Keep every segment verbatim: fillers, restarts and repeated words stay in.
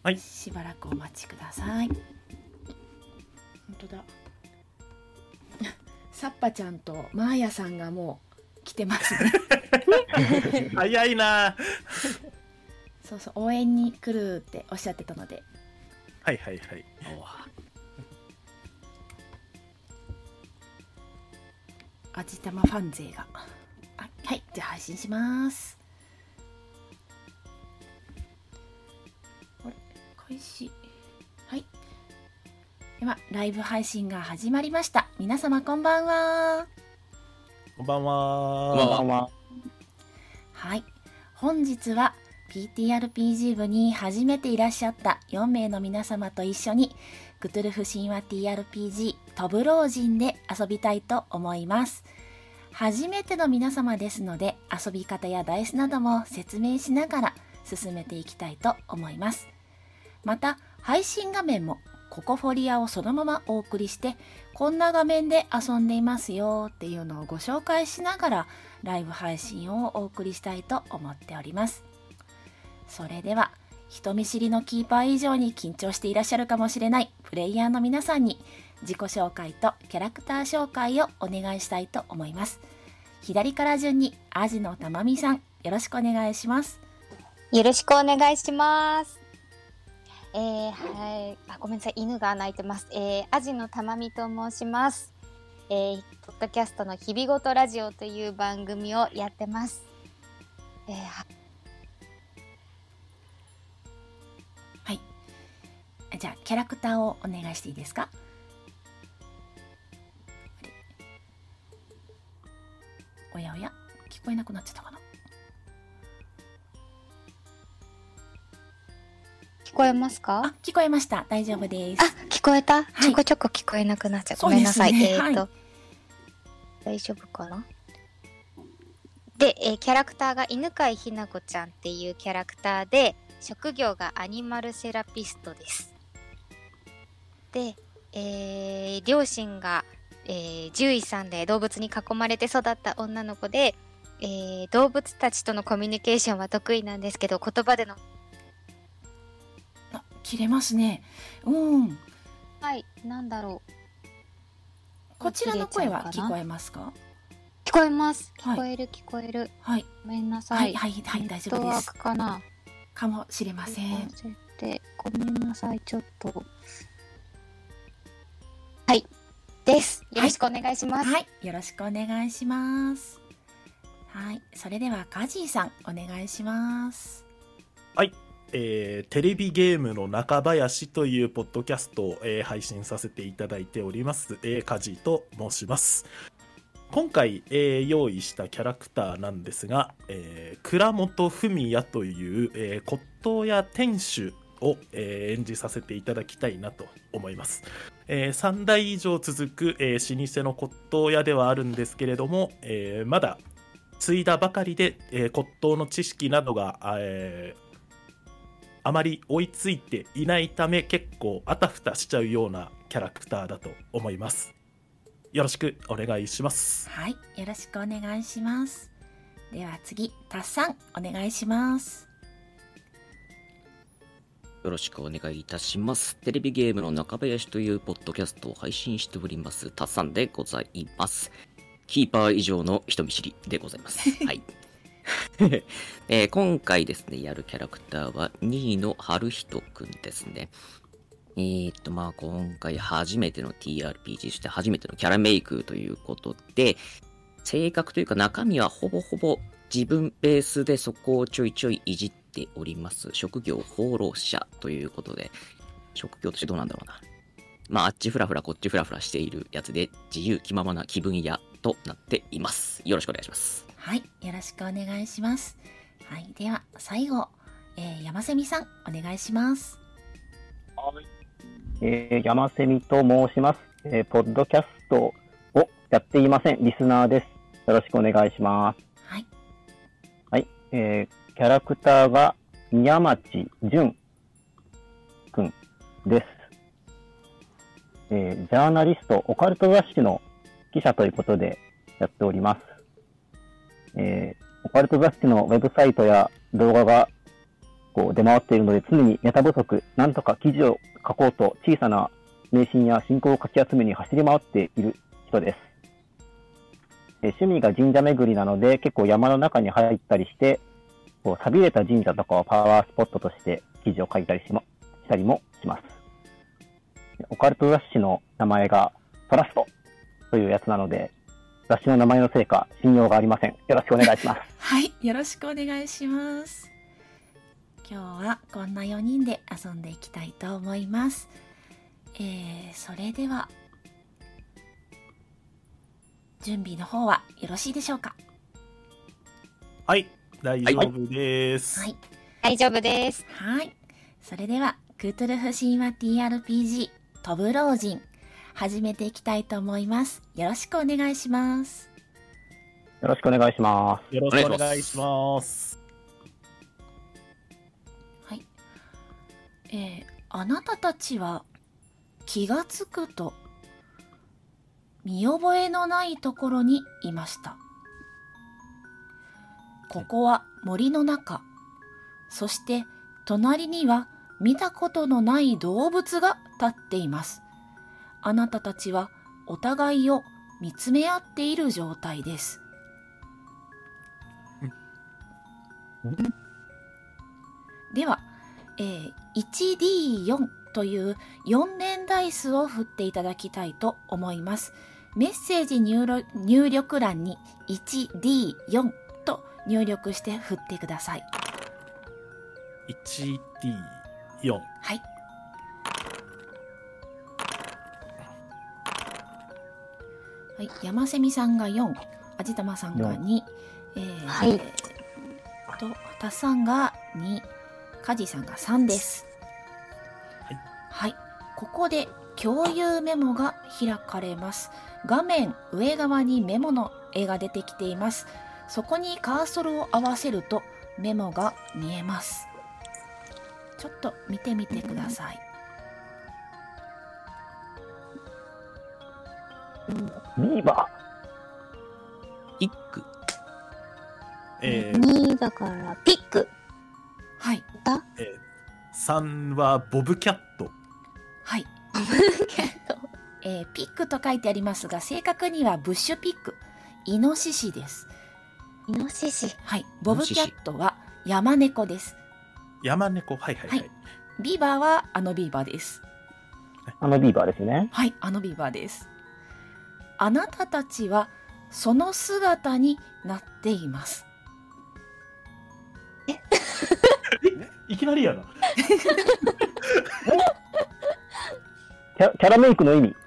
はい、 しばらくお待ちください。本当だ。サッパちゃんとマーヤさんがもう来てますね。 早いな。 そうそう、応援に来るっておっしゃってたので。 はいはいはい。 味玉ファン勢が。あ、はい、じゃあ配信します。開始。はい。ではライブ配信が始まりました。皆様こんばんは。 こんばんは。 こんばんは。 はい。本日は ピーティーアールピージー 部に初めていらっしゃったよん名の皆様と一緒にクトゥルフ神話 ティーアールピージー 飛ぶ老人で遊びたいと思います。初めての皆様ですので遊び方やダイスなども説明しながら進めていきたいと思います。また配信画面もココフォリアをそのままお送りしてこんな画面で遊んでいますよっていうのをご紹介しながらライブ配信をお送りしたいと思っております。それでは人見知りのキーパー以上に緊張していらっしゃるかもしれないプレイヤーの皆さんに自己紹介とキャラクター紹介をお願いしたいと思います。左から順にアジのたまみさん、よろしくお願いします。 よろしくお願いします。えー、はい、あ、ごめんなさい、犬が鳴いてます。えー、アジのたまみと申します。えー、ポッドキャストの日々ごとラジオという番組をやってます。えー、 はい。じゃあキャラクターをお願いしていいですか？おやおや、聞こえなくなっちゃったかな。 聞こえますか？ あ、聞こえました。大丈夫です。 あ、聞こえた？ はい、 ちょこちょこ聞こえなくなっちゃう。ごめんなさい。 ね、 えーと、はい、大丈夫かな？で、えー、キャラクターが犬飼ひなこちゃんっていうキャラクターで、職業がアニマルセラピストです。で、えー、両親が、えー、獣医さんで動物に囲まれて育った女の子で、えー、動物たちとのコミュニケーションは得意なんですけど、言葉での切れますね。うん。 はい、なんだろう。 こちらの声は聞こえますか？ 聞こえます。聞こえる、はい、聞こえる。 はい。 ごめんなさい。 はいはいはい、大丈夫です。ネットワークかな。 かもしれません。 で、ごめんなさい、ちょっと。はい。です。よろしくお願いします。 はい、はい、よろしくお願いします。はい。それではカジーさんお願いします。 はい。えー、テレビゲームの中林というポッドキャストを、えー、配信させていただいております、えー、カジと申します。今回、えー、用意したキャラクターなんですが、えー、倉本文也という、えー、骨董屋店主を、えー、演じさせていただきたいなと思います。えー、さん代以上続く、えー、老舗の骨董屋ではあるんですけれども、えー、まだ継いだばかりで、えー、骨董の知識などが、えーあまり追いついていないため結構あたふたしちゃうようなキャラクターだと思います。よろしくお願いします。 はい、よろしくお願いします。では次、タッさんお願いします。 よろしくお願いいたします。テレビゲームの中林というポッドキャストを配信しておりますタッさんでございます。キーパー以上の人見知りでございます。はい。えー、今回ですね、やるキャラクターはにいの春人くんですね。えー、っと、まあ、今回初めての ティーアールピージー して初めてのキャラメイクということで、性格というか中身はほぼほぼ自分ベースでそこをちょいちょいいじっております。職業放浪者ということで、職業としてどうなんだろうな。まあ、あっちフラフラこっちフラフラしているやつで自由気ままな気分屋となっています。よろしくお願いします。 はい、よろしくお願いします。はい、では最後、えー、山瀬美さんお願いします。 はい、えー、山瀬美と申します、えー。ポッドキャストをやっていません。リスナーです。よろしくお願いします。 はい。 はい、えー、キャラクターが宮町淳くんです。えー、ジャーナリスト、オカルト雑誌の記者ということでやっております。えー、オカルト雑誌のウェブサイトや動画が構出回っているので、常にネタ不足、なんとか記事を書こうと小さな迷信や信仰をかき集めに走り回っている人です。え趣味が神社巡りなので、結構山の中に入ったりして、こう寂れた神社とかをパワースポットとして記事を書いたりし、ま、したりもします。オカルト雑誌の名前がトラストというやつなので、雑誌の名前のせいか信用がありません。よろしくお願いします。 はい、よろしくお願いします。今日はこんなよにんで遊んでいきたいと思います。えー、それでは準備の方はよろしいでしょうか？ はい、大丈夫です。 はい、 大丈夫です。 はい。それではクトゥルフ神話 ティーアールピージー 飛ぶ老人始めていきたいと思います。よろしくお願いします。 よろしくお願いします。 よろしくお願いします。 はい。えー、あなたたちは気がつくと見覚えのないところにいました。ここは森の中。そして隣には見たことのない動物が立っています。あなたたちはお互いを見つめ合っている状態です。では、えー、いちディーよん というよん連ダイスを振っていただきたいと思います。メッセージ入力、入力欄に いちディーよん と入力して振ってください。 いちディーよん。 はい。はい、山瀬美さんがよん、あじたまさんがに、えー、 はい。 とたっさんがに、かじさんがさんです。 はい。 はい。ここで共有メモが開かれます。画面上側にメモの絵が出てきています。そこにカーソルを合わせるとメモが見えます。ちょっと見てみてください。 ビーバピック。 えーにだからピックはい。 だ。 えー、さんはボブキャット。 はい。えー、ピックと書いてありますが、正確にはブッシュピック、イノシシです。 イノシシ。 はい。ボブキャットは山猫です。 山猫、はいはいはい。 はい。ビーバーはあのビーバーです。 ー。あのビーバーですね。 はい、あのビーバーです。あなたたちはその姿になっています。 えいきなりやな。 キャキャラメイクの意味。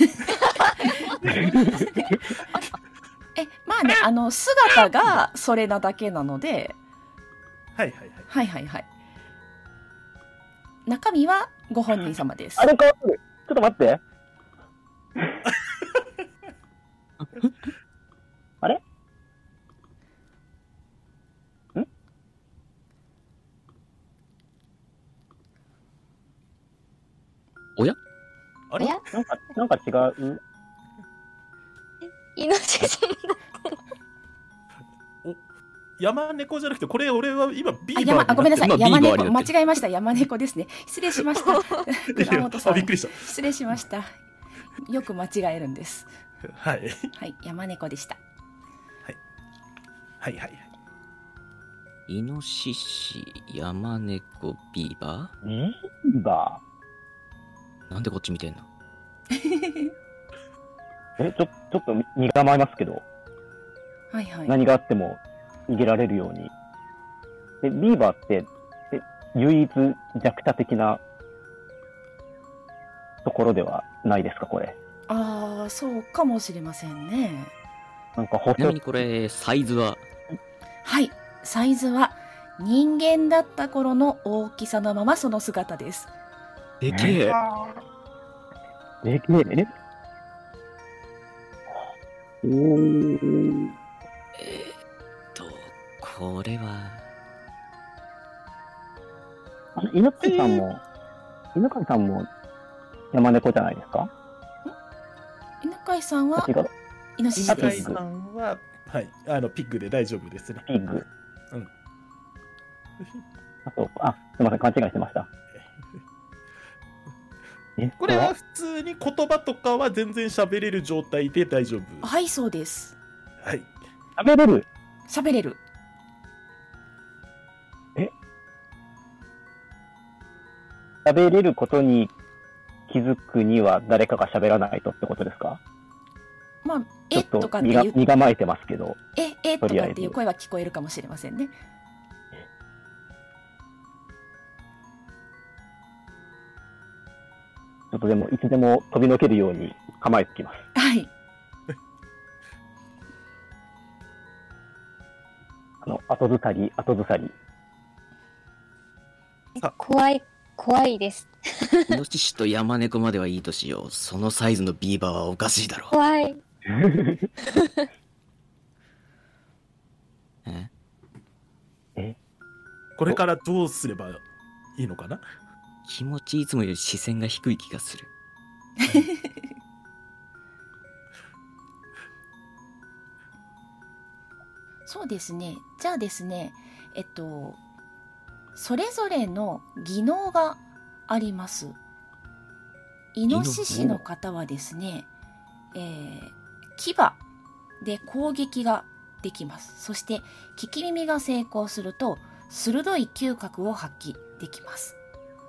え、まあね、あの姿がそれなだけなので、 はいはいはい。 はいはいはい。中身はご本人様です。 あれ変わってる。ちょっと待って。あれんおやあれおやなんか、なんか違う。 イノシシ。 山猫じゃなくて、これ俺は今ビあ、 ーバ山、あ、ごめんなさい。山今ビーバー猫、 になってる間違えました。山猫ですね。失礼しました。倉本さん。 あ、びっくりした。 失礼しました。よく間違えるんです。 はい。 はい、山猫でした。 はいはいはい。 イノシシ、山猫、ビーバビーバーなんでこっち見てんの？ ーえ、ちょ、ちょっと身構えますけど、 はいはい。 何があっても逃げられるように。え、ビーバーって、え、唯一弱者的なところではないですか、これ。 ああ、そうかもしれませんね。 なんか細ちなみにこれ、サイズははい、サイズは人間だった頃の大きさのままその姿です。 でけえ。 でけえね。おー。 えーっと、これは、 あの、犬飼さんも、犬飼さんも山猫じゃないですか？ 犬飼さんは違う。 イノシシです。 犬飼さんは、はい、あのピッグで大丈夫ですね。 ピッグ。 あと、あ、すみません、勘違いしてました。えこれは普通に言葉とかは全然喋れる状態で大丈夫？ はい、そうです。 はい。 喋れる？ 喋れる。 え喋れることに気づくには誰かが喋らないとってことですか？ まあ、 ちょえっととかっていう、 身構えてますけど。 え、えととりあえずかっていう声は聞こえるかもしれませんね。 ちょっとでもいつでも飛びのけるように構えてきます。 はい。 あの、後ずさり、後ずさり。 怖い、怖いです。 イノシシとヤマネコまではいいとしよう。そのサイズのビーバーはおかしいだろう。 怖い。 ええこれからどうすればいいのかな？ 気持ちいつもより視線が低い気がする。 そうですね。じゃあですね、えっと、それぞれの技能があります。イノシシの方はですね、えー、牙で攻撃ができます。そして聞き耳が成功すると鋭い嗅覚を発揮できます。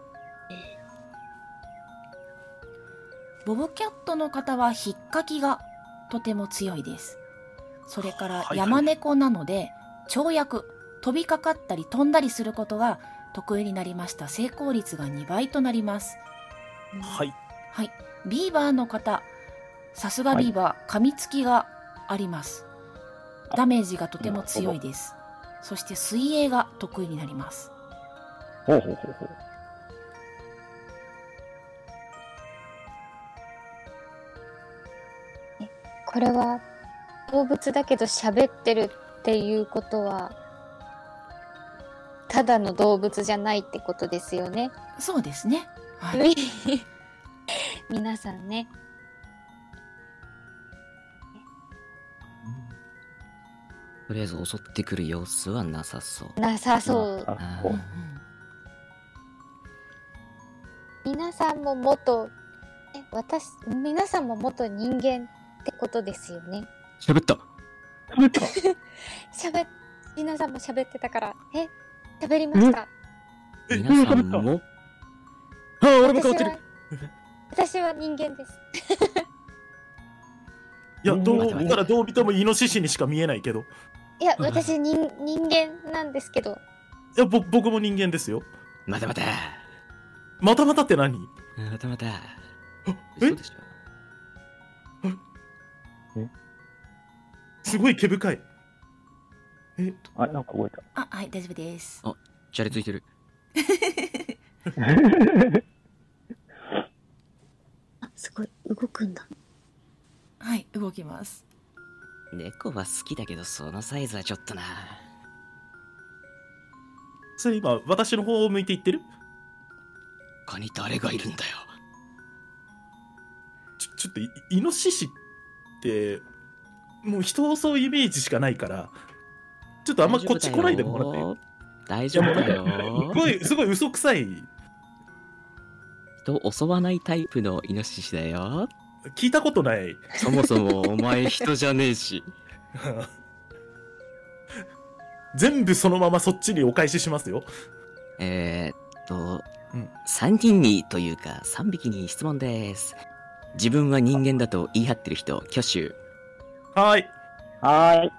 ボブキャットの方は引っかきがとても強いです。それから山猫なので跳躍、飛びかかったり飛んだりすることが得意になりました。成功率がにばいとなります。 はい。 はい。ビーバーの方、さすがビーバー、噛みつきがあります。ダメージがとても強いです。そして水泳が得意になります。 ほうほうほうほう。 これは動物だけど喋ってるっていうことはただの動物じゃないってことですよね。 そうですね。はい。 皆さんね。 とりあえず襲ってくる様子はなさそう。 なさそう。 あそう皆さんも元え私皆さんも元人間ってことですよね。 喋った喋った喋っ皆さんも喋ってたからえ喋りました。 皆さんもああ、俺も変わってる。 私は人間です。 いや、どう見たらどう見てもイノシシにしか見えないけど。 いや私人人間なんですけど。 いや、ぼ僕も人間ですよ。 またまたまたまたって何？ またまたえ嘘でしょ。 えすごい毛深い。えあ、なんか動いた。 あ、はい、大丈夫です。 あ、じゃれついてる。 あすごい動くんだ。 はい、動きます。 猫は好きだけどそのサイズはちょっとな。 それ今私の方を向いて言ってる？ 他に誰がいるんだよ。 ちょちょっとイイノシシってもう人を襲うイメージしかないからちょっとあんまこっち来ないでもらっていい？ 大丈夫だよ。 すごいすごい嘘くさい。 人を襲わないタイプのイノシシだよ。 聞いたことない。 そもそもお前人じゃねえし。 全部そのままそっちにお返ししますよ。 えー、っと、 うん、 さんにんにというかさんびきに質問です。自分は人間だと言い張ってる人、挙手。 はーい。 はーい。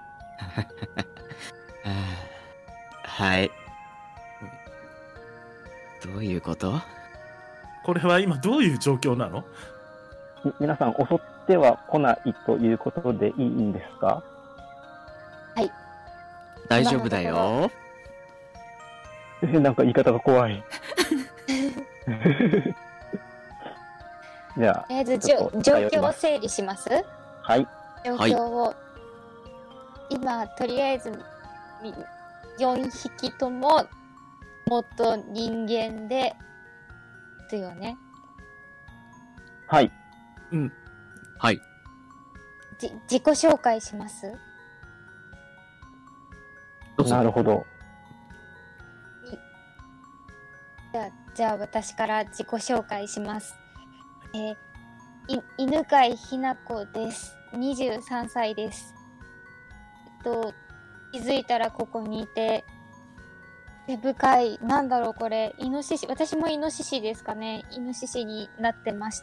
はい。どういうこと？ これは今どういう状況なの？ み皆さん襲っては来ないということでいいんですか？ はい大丈夫だよ。 えなんか言い方が怖い。じゃあ、 とりあえずじょ状況を整理します。 はい。 状況を、今とりあえずよんひきとも元人間ですよね。 はい。 うん。 はい。 じ自己紹介します。 どうぞ。 なるほど。 じゃあ、じゃあ私から自己紹介します。えー、い犬飼ひな子です。にじゅうさんさいです。えっと、気づいたらここにいて、根深い、なんだろうこれ、イノシシ、私もイノシシですかね。イノシシになってました。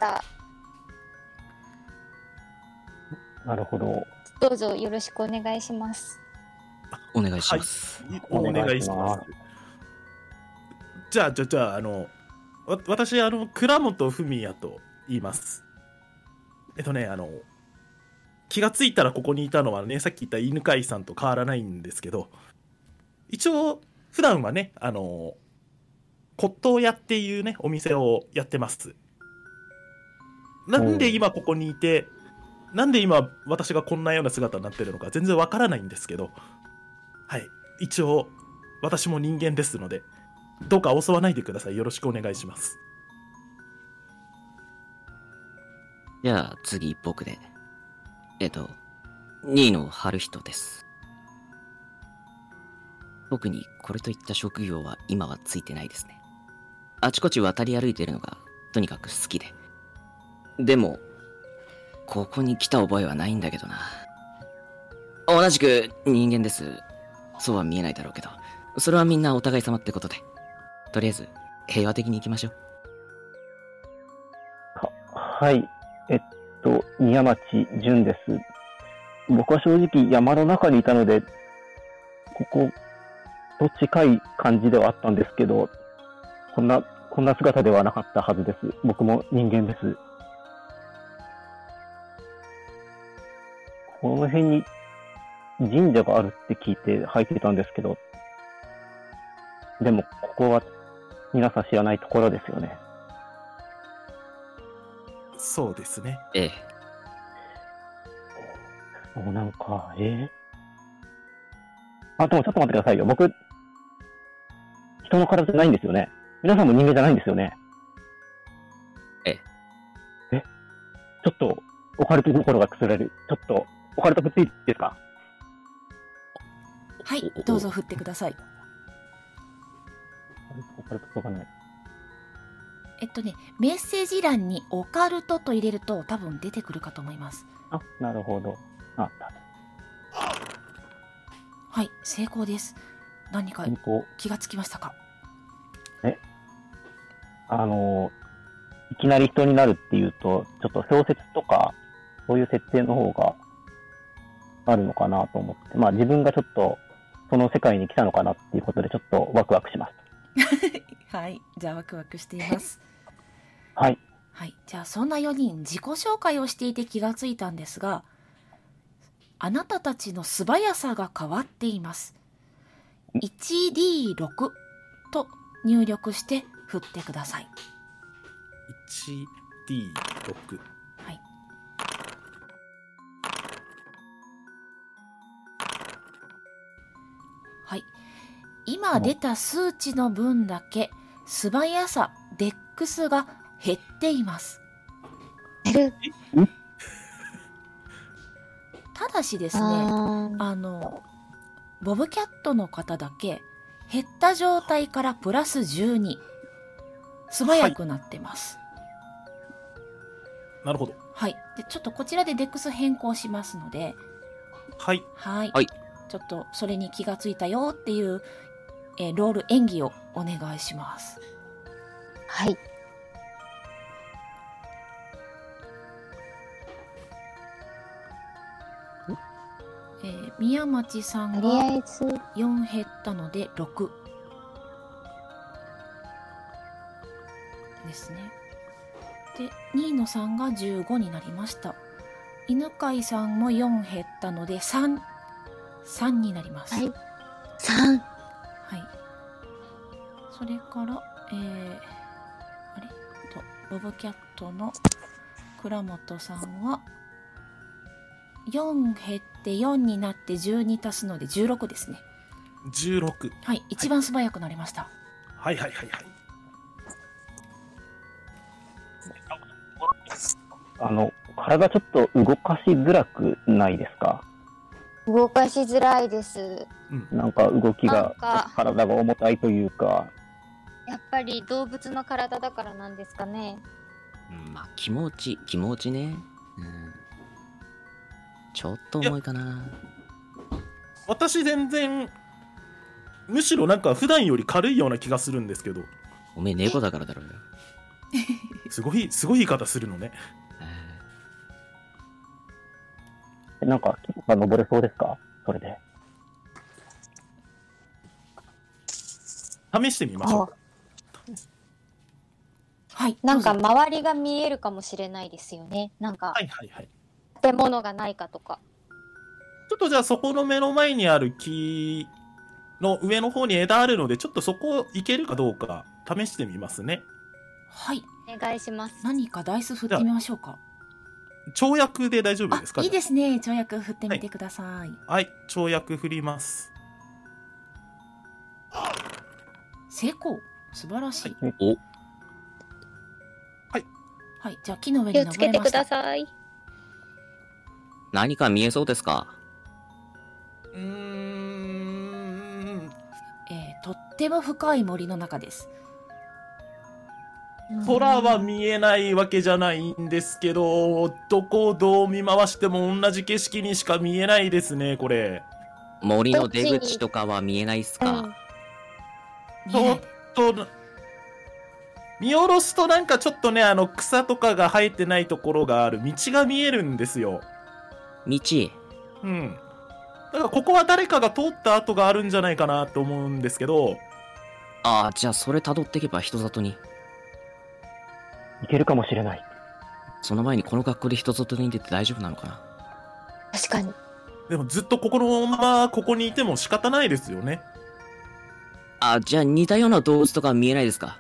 なるほど。 どうぞよろしくお願いします。 お願いします。 はい、お願いします。じゃあ、じゃあ、じゃあ、あの、わ私、あの、倉本文也と言います。えっとね、あの、気がついたらここにいたのはね、さっき言った犬飼さんと変わらないんですけど、一応、普段はね、あの、骨董屋っていうね、お店をやってます。なんで今ここにいて、なんで今私がこんなような姿になってるのか全然わからないんですけど、はい、一応私も人間ですので、どうか襲わないでください。よろしくお願いします。 じゃあ次僕で。えっと、にいの春人です。特にこれといった職業は今はついてないですね。あちこち渡り歩いてるのがとにかく好きで。でも、ここに来た覚えはないんだけどな。同じく人間です。そうは見えないだろうけど、それはみんなお互い様ってことで。とりあえず、平和的に行きましょう。 は、はい。えっと、宮町純です。僕は正直山の中にいたので、ここと近い感じではあったんですけど、こんな、こんな姿ではなかったはずです。僕も人間です。この辺に神社があるって聞いて入ってたんですけど、でもここは皆さん知らないところですよね。 そうですね。 ええ。 もうなんか、えー、あ、でもちょっと待ってくださいよ。僕、人の体じゃないんですよね。皆さんも人間じゃないんですよね。 ええ。 えちょっと、オカルト心がくすられる。ちょっと、オカルト振っていいですか？ はい、どうぞ振ってください。 オカルトとかない。 えっとね、メッセージ欄にオカルトと入れると多分出てくるかと思います。 あ、なるほど。あった。 はい、成功です。何か気がつきましたか？ えあの、いきなり人になるっていうと、ちょっと小説とか、そういう設定の方があるのかなと思って、まあ自分がちょっとその世界に来たのかなっていうことでちょっとワクワクします。 はい、じゃあワクワクしています。 はい。 はい、じゃあそんなよにん自己紹介をしていて気がついたんですが、あなたたちの素早さが変わっています。いちディーろく と入力して振ってください。 いちディーろく。 はい。はい。今出た数値の分だけ素早さ、デックスが減っています。 減る。 ただしですね、あの、ボブキャットの方だけ減った状態からプラスじゅうに素早くなってます。 はい、なるほど。 はい。で、ちょっとこちらでデックス変更しますので、 はい。 はい。 はい。 ちょっとそれに気がついたよっていう、えー、ロール演技をお願いします。 はい。 えー、宮町さんとりあがえずよん減ったのでろくですね。で、にいのさんがじゅうごになりました。犬飼さんもよん減ったのでさん、さんになります。 はい。さん。 はい。それから、えー、あれと、ボブキャットの倉本さんは、よん減ってよんになってじゅうに足すのでじゅうろくですね。 じゅうろく。 はい、一番素早くなりました。 はいはいはいはい。 あの、体ちょっと動かしづらくないですか？ 動かしづらいです。 うん、 なんか動きがなんか、 体が重たいというか。 やっぱり動物の体だからなんですかね。 うんまあ気持ち気持ちね、うん、ちょっと重いかな。 私全然むしろなんか普段より軽いような気がするんですけど。 おめえ猫だからだろうよ。 すごいすごい言い方するのね。 なんか、木とか登れそうですか？それで。 試してみましょう。 はい。 なんかどうぞ周りが見えるかもしれないですよね。なんかはいはいはい。 建物がないかとか。 ちょっとじゃあそこの目の前にある木の上の方に枝あるので、ちょっとそこ行けるかどうか試してみますね。 はい。 お願いします。 何かダイス振ってみましょうか。 跳躍で大丈夫ですか？ あ、いいですね。跳躍振ってみてください。 はい、跳躍振ります。 成功。素晴らしい。 おはい。じゃあ木の上気にをつけてく登れました。 ださい。 何か見えそうですか？ うーん。 えーとっても深い森の中です。 空は見えないわけじゃないんですけど、どこをどう見回しても同じ景色にしか見えないですね、これ。 森の出口とかは見えないっすか？ うん見えないでと、見下ろすとなんかちょっとね、あの草とかが生えてないところがある道が見えるんですよ。 道。 うん。だからここは誰かが通った跡があるんじゃないかなと思うんですけど、 ああ、じゃあそれ辿っていけば人里に。 いけるかもしれない。 その前にこの学校で人里に出て大丈夫なのかな？ 確かに。 でもずっとここのままここにいても仕方ないですよね。 あ、じゃあ似たような動物とか見えないですか？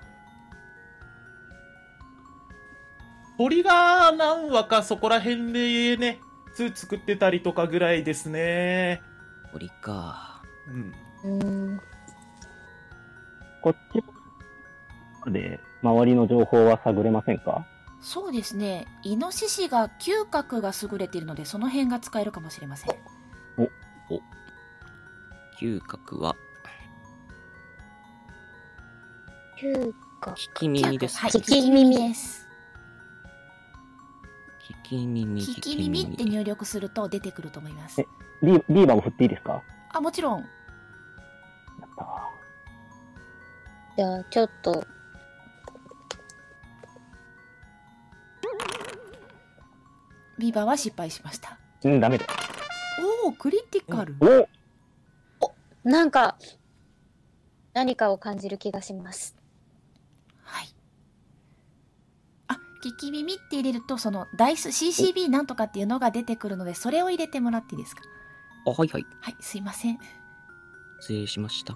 鳥が何羽かそこら辺でね、巣作ってたりとかぐらいですね。 鳥か。 うん。 うん。 こっちで周りの情報は探れませんか？ そうですね。イノシシが嗅覚が優れているので、その辺が使えるかもしれません。 嗅覚は嗅覚。 聞き耳ですか？ はい、 聞聞き耳です。 聞き耳、 聞き耳って入力すると出てくると思いますえ。リーリーバーも振っていいですか？ あ、もちろん。 やったじゃあちょっとビーバーは失敗しました。 ー。うん、ダメだ。 おお、クリティカル。 おなんか何かを感じる気がします。 はい。あ、聞き耳って入れると、そのダイス シーシービー なんとかっていうのが出てくるので、それを入れてもらっていいですか？ あ、はいはい。 はい、すいません。 失礼しました。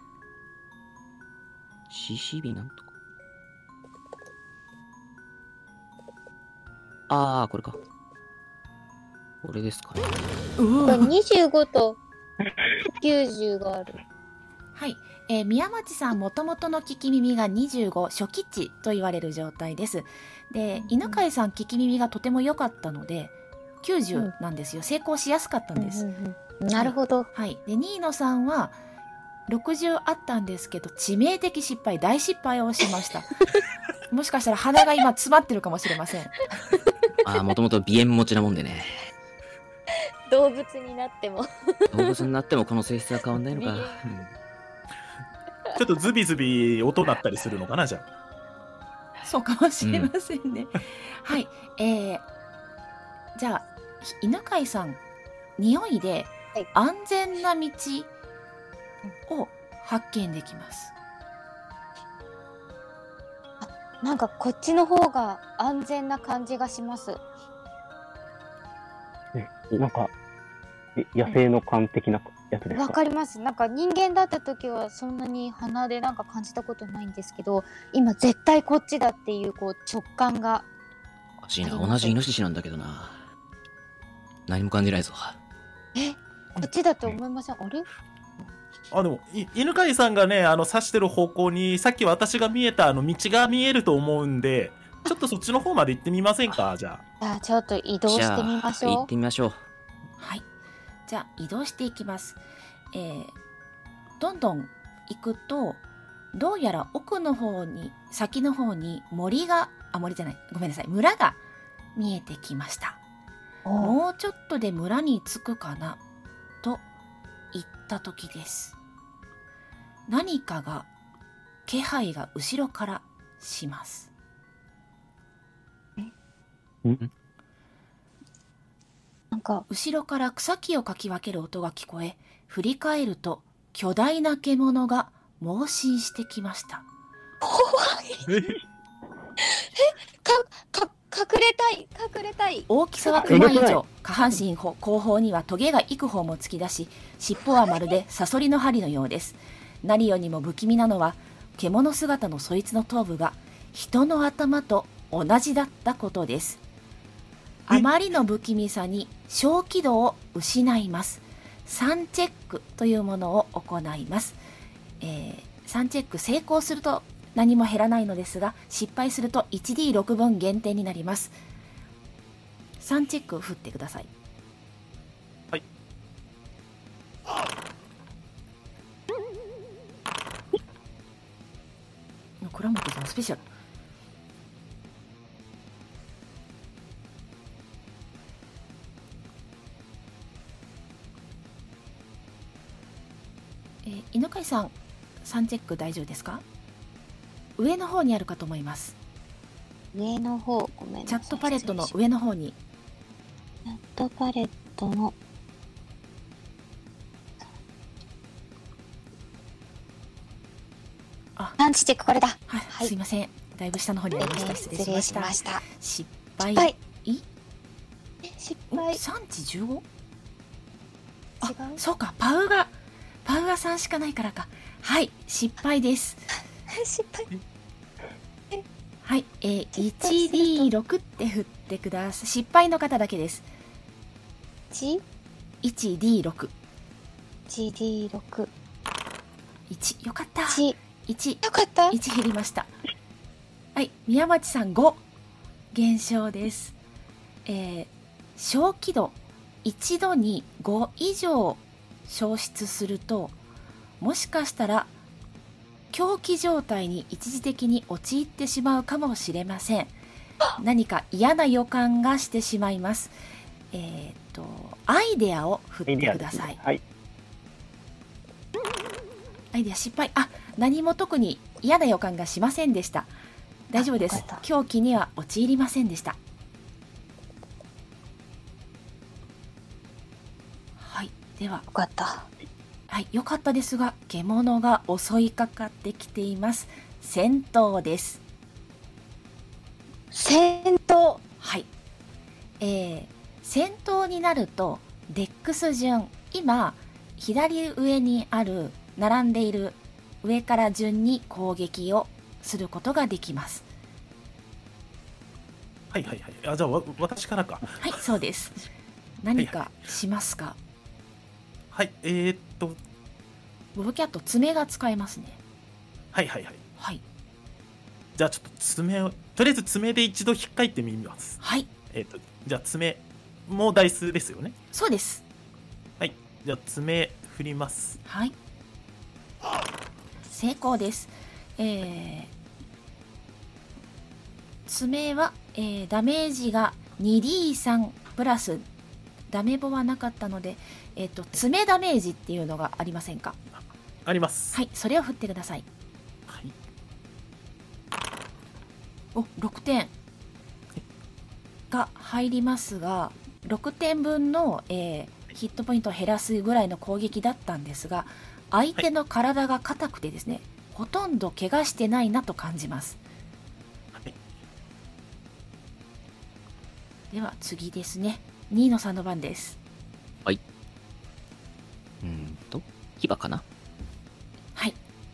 シーシービー なんとか。あー、これか。これですかね。 うこれにじゅうごときゅうじゅうがある。 はい、えー宮町さんもともとの聞き耳がにじゅうご初期値と言われる状態です。で、犬飼さん聞き耳がとても良かったのできゅうじゅうなんですよ。成功しやすかったんです。 うんうんうん、なるほど。 はい。で、新野さんはろくじゅうあったんですけど致命的失敗、大失敗をしました。もしかしたら鼻が今詰まってるかもしれません。 あー、もともと鼻炎持ちなもんでね。 動物になっても動物になってもこの性質は変わんないのか。 鼻うんちょっとズビズビ音鳴ったりするのかな、じゃあ。 そうかもしれませんね。はい。えー、じゃあ、犬飼さん、匂いではい安全な道を発見できます。 なんかこっちの方が安全な感じがします。 なんか、え野生の感的なやつですわか？ かります。なんか人間だった時はそんなに鼻でなんか感じたことないんですけど、今絶対こっちだっていうこう直感が。 おかしいな、同じイノシシなんだけどな。何も感じないぞ。 え、こっちだと思いません？あれ？ あ、でも、い犬飼さんがね、あの、指してる方向に、さっき私が見えたあの道が見えると思うんで、ちょっとそっちの方まで行ってみませんか、じゃあ。 じゃあちょっと移動じゃしてみましあ、行ょうって。みましょう。 はい。じゃあ移動していきます。えー、どんどん行くとどうやら奥の方に、先の方に森が、あ、森じゃない、ごめんなさい、村が見えてきました。もうちょっとで村に着くかな、と言った時です。何かが、気配が後ろからします。 んなんか、 後ろから草木をかき分ける音が聞こえ、振り返ると巨大な獣が猛進してきました。 えか、か、隠れたい、隠れたい。 大きさは熊以上、下半身後方にはトゲが幾方も突き出し、尻尾はまるでサソリの針のようです。何よりも不気味なのは、獣姿のそいつの頭部が人の頭と同じだったことです。あまりの不気味さに小気度を失います。さんチェックというものを行います。えー、さんチェック成功すると何も減らないのですが、失敗すると いちディーろく 分減点になります。さんチェックを振ってください。 はい。 倉本さんスペシャル。えー、犬飼さん、さんチェック大丈夫ですか？上の方にあるかと思います。 上の方、ごめんなさい。 チャットパレットの上の方に。 チャットパレットの。 あ、 アンチチェックこれだ。 はい、 はい、 すいません。だいぶ下の方にありました。失礼しました。 失礼しました。 失敗。 失敗い失敗。 さん値 じゅうご？ あ、 違う？ そうか、パウが、パウがさんしかないからか。はい、失敗です。 失敗。 はい、えー、いちディーろく って振ってください。失敗の方だけです。 いちいちディーろく。 いちディーろく。 いち、よかった。 いち。 いち。 よかった。 いち減りました。はい、宮町さんご。減少です。えー、小気度。一度にご以上消失すると、もしかしたら狂気状態に一時的に陥ってしまうかもしれません。何か嫌な予感がしてしまいます。えー、っとアイデアを振ってください。 はい。 アイデア失敗。あ、何も特に嫌な予感がしませんでした。大丈夫です。狂気には陥りませんでした。はい、ではよかった。 はい、よかったですが、獣が襲いかかってきています。戦闘です。 戦闘。 はい。えー、戦闘になると、デックス順、今、左上にある、並んでいる上から順に攻撃をすることができます。 はいはいはい。あ、じゃあわ私からか。 はい、そうです。何かしますか？ はい、えー、っと、 ボブキャット、爪が使えますね。 はいはいはい。 はい。 じゃあちょっと爪を、とりあえず爪で一度引っかいてみます。 はい。 えー、っと、じゃあ爪、もうダイスですよね。 そうです。 はい。じゃあ爪振ります。 はい。成功です。えー、爪は、えー、ダメージが にディーさん プラスダメボはなかったので、えーと、爪ダメージっていうのがありませんか？ あります。 はい、それを振ってください。 はい。 お、ろくてんが入りますが、ろくてんぶんの、えー、ヒットポイントを減らすぐらいの攻撃だったんですが、相手の体が硬くてですね、はい、ほとんど怪我してないなと感じます。 はい、 では次ですね、新野さんの番です。 はい。うーんと牙かな。 はい。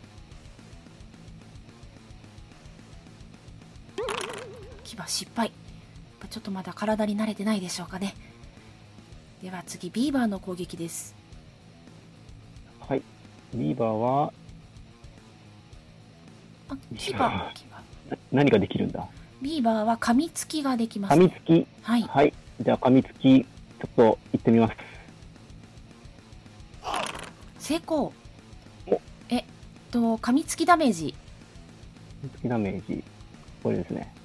牙失敗。ちょっとまだ体に慣れてないでしょうかね。では次、ビーバーの攻撃です。 はい。ビーバーは、 あ、牙、牙。 何ができるんだ？ ビーバーは噛みつきができます、 噛みつき。 はい。 はい。じゃあ噛みつき、ちょっと行ってみます。 成功。え、 と噛みつきダメージ。 噛みつきダメージ、これですね。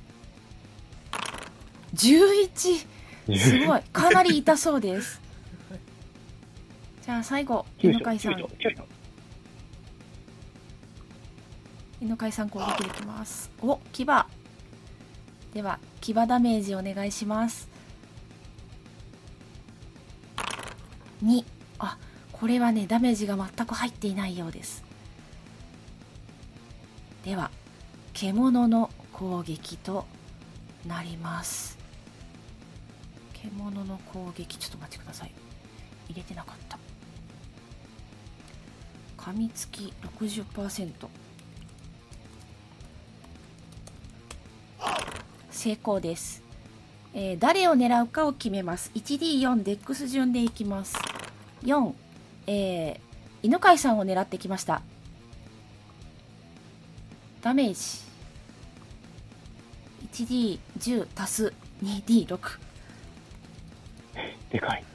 じゅういち。すごい、かなり痛そうです。じゃあ最後、犬飼さん。犬飼さん攻撃できます。お、牙。では牙ダメージお願いします。に。あ、これはねダメージが全く入っていないようです。では獣の攻撃となります。獣の攻撃、ちょっとお待ちください。入れてなかった。噛みつき ろくじゅっパーセント。 成功です。えー、誰を狙うかを決めます。 いちディーよん デックス順でいきます。よん、えー、犬飼さんを狙ってきました。ダメージ いちディーじゅう 足す にディーろく。 でかい。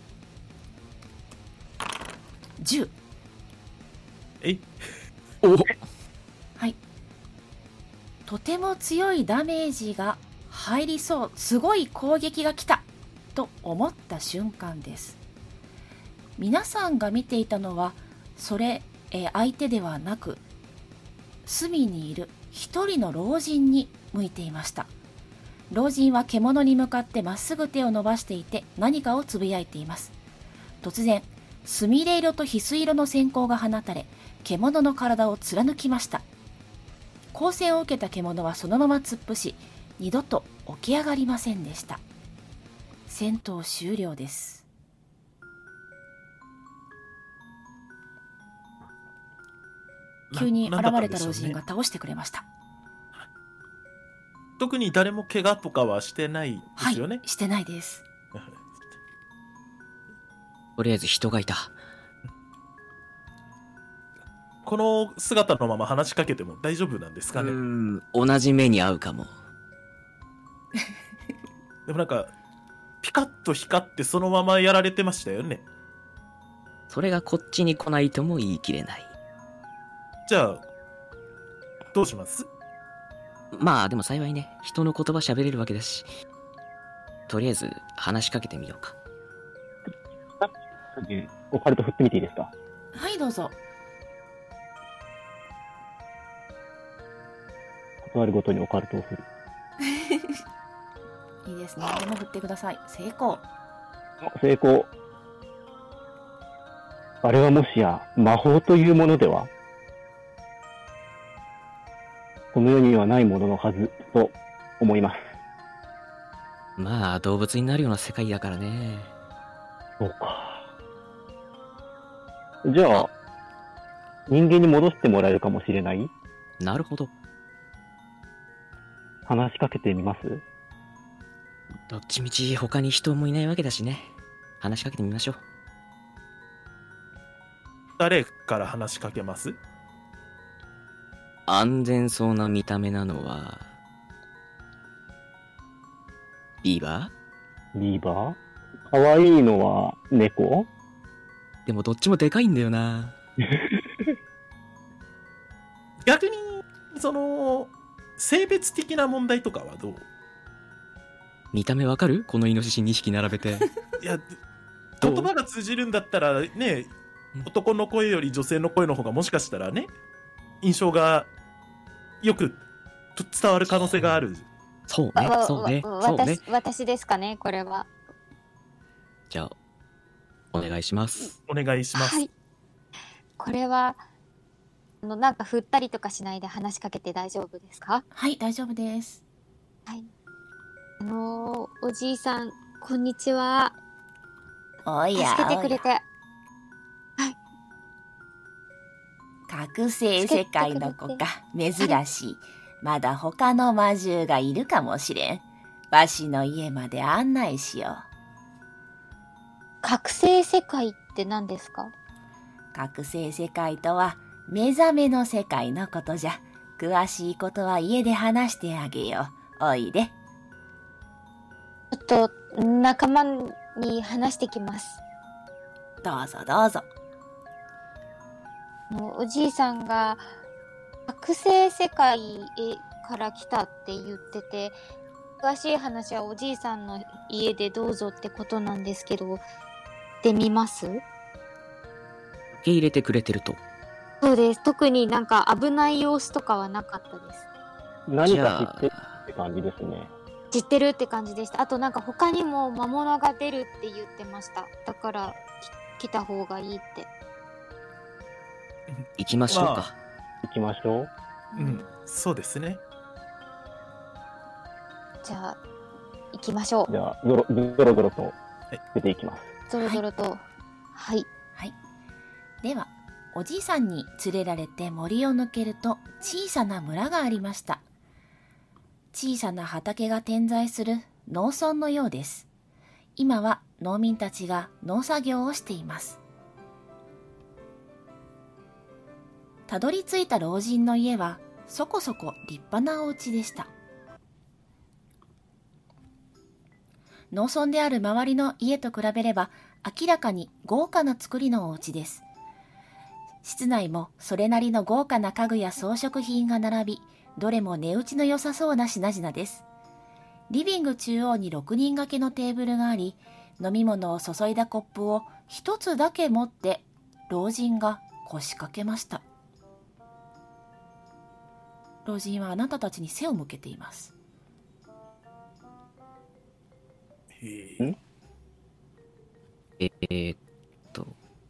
じゅう。 えおはい。とても強いダメージが入りそう、すごい攻撃が来たと思った瞬間です。皆さんが見ていたのはそれ、えー、相手ではなく、隅にいる一人の老人に向いていました。老人は獣に向かってまっすぐ手を伸ばしていて何かをつぶやいています。突然すみれ色と翡翠色の閃光が放たれ、獣の体を貫きました。光線を受けた獣はそのまま突っ伏し、二度と起き上がりませんでした。戦闘終了です。急に現れた老人が倒してくれました。 特に誰も怪我とかはしてないですよね。 はい、してないです。 とりあえず人がいた。 この姿のまま話しかけても大丈夫なんですかね。 うーん、同じ目に遭うかも。 でもなんかピカッと光ってそのままやられてましたよね。 それがこっちに来ないとも言い切れない。 じゃあどうします？ まあでも幸いね、人の言葉喋れるわけだし、とりあえず話しかけてみようか。 オカルト振ってみていいですか？ はい、どうぞ。 断るごとにオカルトを振る。 いいですね。でも振ってください。成功。 成功。あれはもしや魔法というものでは？この世にはないもののはずと思います。 まあ動物になるような世界だからね。 そうか。じゃあ人間に戻してもらえるかもしれない？ なるほど。 話しかけてみます？ どっちみち他に人もいないわけだしね。話しかけてみましょう。 誰から話しかけます？ 安全そうな見た目なのはビーバー？ビーバー？可愛いのは猫？ でもどっちもでかいんだよな。 逆にその性別的な問題とかはどう？ 見た目わかる？このイノシシにひき並べて。 いや、言葉が通じるんだったらね、男の声より女性の声の方がもしかしたらね、印象がよく伝わる可能性がある。 そうね、そうね、そうね。 私、私ですかね、これは。 じゃあお願いします。 お願いします。 はい。これはあのなんか振ったりとかしないで話しかけて大丈夫ですか？ はい、大丈夫です。 はい。あのー、おじいさん、こんにちは。 おや助けてくれて。はい。 覚醒世界の子か、珍しい。まだ他の魔獣がいるかもしれん。わしの家まで案内しよう。 覚醒世界って何ですか？ 覚醒世界とは目覚めの世界のことじゃ。詳しいことは家で話してあげよう。おいで。 ちょっと仲間に話してきます。 どうぞどうぞ。 もうおじいさんが惑星世界から来たって言ってて、詳しい話はおじいさんの家でどうぞってことなんですけど、で見ます？ 受け入れてくれてると。 そうです。特になんか危ない様子とかはなかったです。 何か知ってるって感じですね。 知ってるって感じでした。あとなんか他にも魔物が出るって言ってました。だから来た方がいいって。 行きましょうか。 まあ行きましょう。 うん、そうですね。 じゃあ行きましょう。 じゃあ、ぞろぞろぞろと出ていきます。 ぞろぞろと。はい。 はい。では、おじいさんに連れられて森を抜けると小さな村がありました。小さな畑が点在する農村のようです。今は農民たちが農作業をしています。たどり着いた老人の家はそこそこ立派なお家でした。農村である周りの家と比べれば明らかに豪華な作りのお家です。室内もそれなりの豪華な家具や装飾品が並び、どれも値打ちの良さそうな品々です。リビング中央にろくにん掛けのテーブルがあり、飲み物を注いだコップを一つだけ持って老人が腰掛けました。老人はあなたたちに背を向けています。 へえ。 えー、っと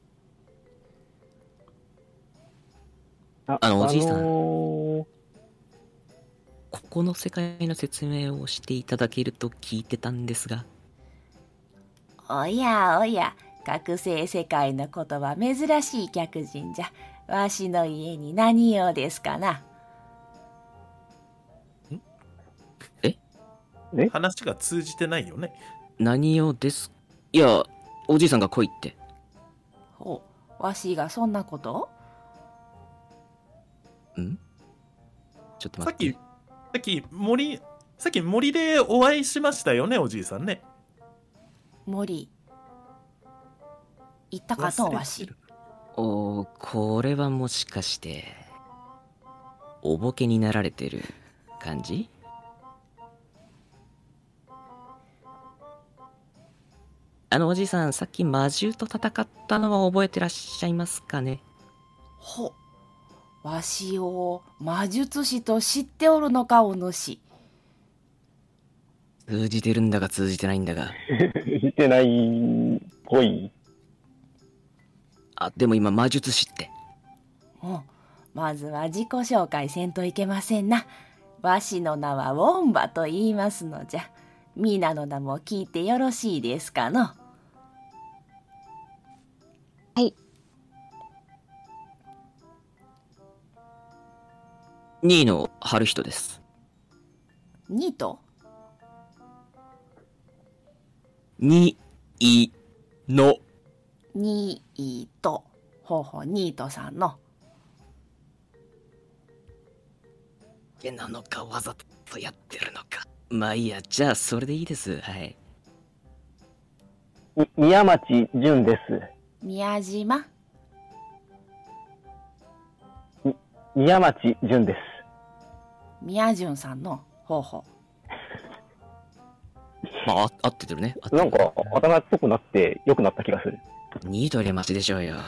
ああのおじいさん、 あのーここの世界の説明をしていただけると聞いてたんですが。 おやおや、覚醒世界のことは珍しい客人じゃ。わしの家に何用ですかな。 話が通じてないよね。 何用です？いや、おじいさんが来いって。 ほう、わしがそんなことん？ちょっとさっき、 待って。 さっき森、さっき森でお会いしましたよね、おじいさんね。 森行ったかと忘れてるわし。 おー、これはもしかしておぼけになられてる感じ？あのおじいさん、さっき魔獣と戦ったのは覚えてらっしゃいますかね？ ほう、わしを魔術師と知っておるのか、お主。 通じてるんだか通じてないんだか。 してないっぽい。 あ、でも今魔術師って。 うん、まずは自己紹介せんといけませんな。わしの名はウォンバと言いますのじゃ。皆の名も聞いてよろしいですかの？ はい。 ニーノ春人です。 ニート？ にいの。 ニート。ほうほう、ニートさんの。 えなのかわざとやってるのか。まあいいや、じゃあそれでいいです。はい。 み宮町純です。 宮島？ み宮町純です。 宮純さんの。ほうほまあ、あ合っててるね。合ってるなんか、頭っぽくなって良くなった気がする。 ニートよりマシでしょうよ。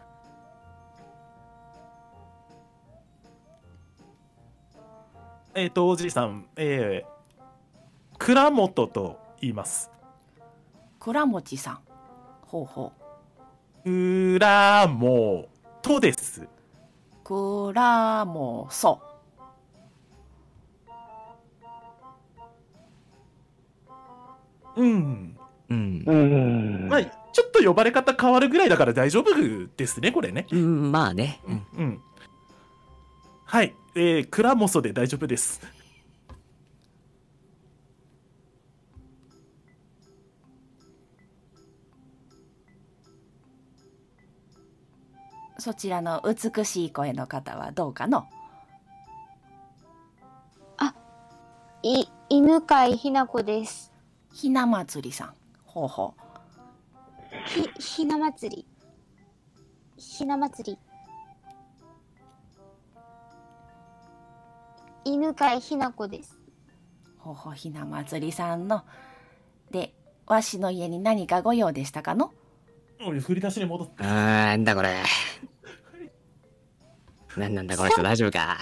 えっ、と、おじいさん、えー、倉本と言います。 う。倉持さん。ほうほ倉本です。 う。倉もそ。 うん。 うんう。ーん。 まあ、ちょっと呼ばれ方変わるぐらいだから大丈夫ですね、これね。 うん、まあね。うん。 うん。はい、えー、倉本で大丈夫です。 そちらの美しい声の方はどうかの？ い、犬飼ひな子です。 ひな祭りさん。ほうほう。 ひ、ひな祭り。ひな祭り。 犬飼ひな子です。 ほほひな祭りさんの。で、わしの家に何かご用でしたかの？ おい、振り出しに戻って。 あー、なんだこれ。なんなんだこの人、大丈夫か。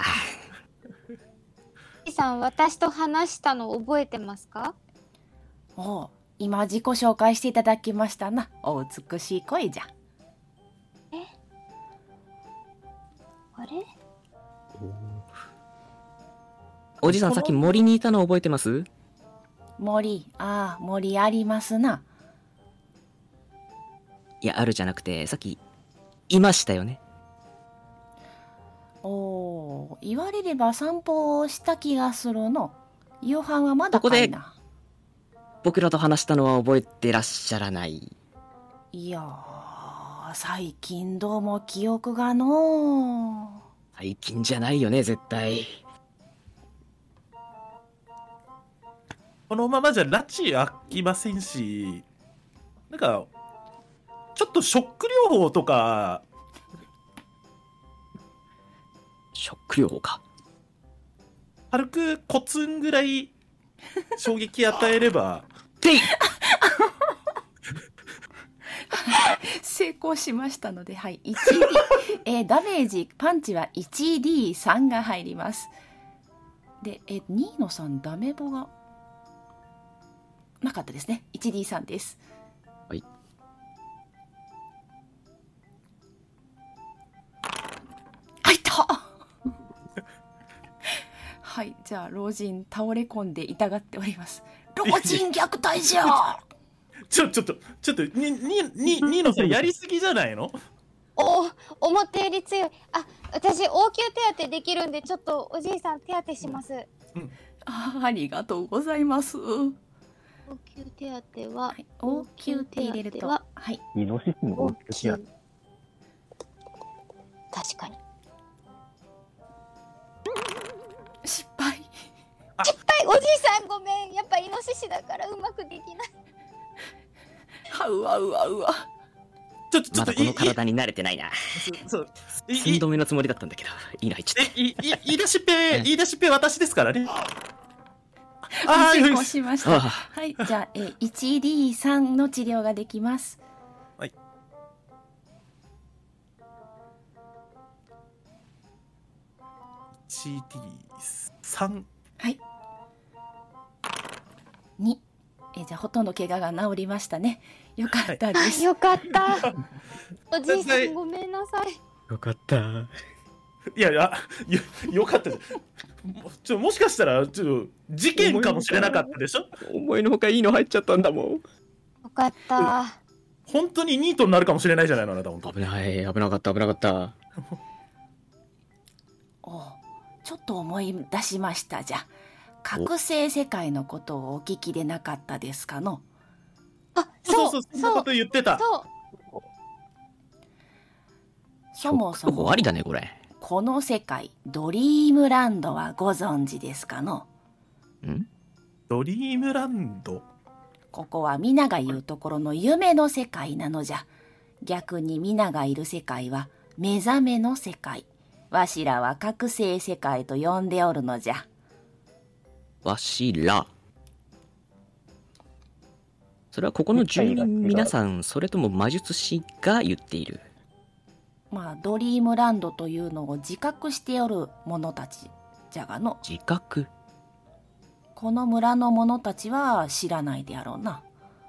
おじいさん、私と話したの覚えてますか？ おう、今自己紹介していただきましたな。お美しい声じゃ。 あれ？ おじさん、さっき森にいたの覚えてます？ 森、ああ、森ありますな。 いや、あるじゃなくて、さっき、いましたよね。 おお、言われれば散歩をした気がするの。夕飯はまだかいな。 僕らと話したのは覚えてらっしゃらない。 いやー、最近どうも記憶がの最近じゃないよね、絶対。 このままじゃ拉致飽きませんし、なんか、ちょっとショック療法とか、 ショック療法か。 軽くコツンぐらい衝撃与えれば。 てい成功しましたので、はい、いちディー、えーダメージ、パンチは いちディースリー が入ります。で、えー、にのさん、ダメボがなかったですね。いちディースリー です。 はい。 あ、いたはい、じゃあ老人倒れ込んで痛がっております。老人虐待じゃちょ、ちょっと、ちょっと、に、に、に、にのさんやりすぎじゃないの？ お、思ったより強い。あ、私応急手当できるんで、ちょっとおじいさん手当てします。 あ、ありがとうございます。 応急手当は、 はい、応急って入れると、 ははい、 イノシシの応応急手急当。 確かに。 失敗。 失敗。おじいさんごめん。やっぱイノシシだからうまくできない。 はうわうわうわ。 ちょっと、ちょっと、 まだこの体に慣れてないな。 そう、い、 寸い、 止めのつもりだったんだけど、いいの入っちゃっえ、い、い、言い出しっぺ、 うん言い出しっぺ私ですからね。ああ、 成よし。 功しました。 ああはい、じゃあ、えー、いちディースリー の治療ができます。 はい。いちディースリー。 はい。に、えーじゃあほとんど怪我が治りましたね。よかったであ、 す。 よかった。おじいさんごめんなさい。 た。よかった。 いやいや、よ、よかったです。もちょ、もしかしたら、ちょっと、事件かもしれなかったでしょ？ 思いのほかいいの入っちゃったんだもん。 よかった。 本当にニートになるかもしれないじゃないの、あなた、本当。 危ない、危なかった、危なかった。 おう、ちょっと思い出しましたじゃ。覚醒世界のことをお聞きでなかったですかの？ あ、そそうそうう、そんなこと言ってた。 そう。 そもそもショック療法ありだね、これ。 この世界ドリームランドはご存知ですかの？ んドリームランド。 ここは皆が言うところの夢の世界なのじゃ。逆に皆がいる世界は目覚めの世界。わしらは覚醒世界と呼んでおるのじゃ。 わしら。それはここの住民皆さん、それとも魔術師が言っている。 まあドリームランドというのを自覚しておる者たちじゃがの。 自覚。 この村の者たちは知らないであろうな。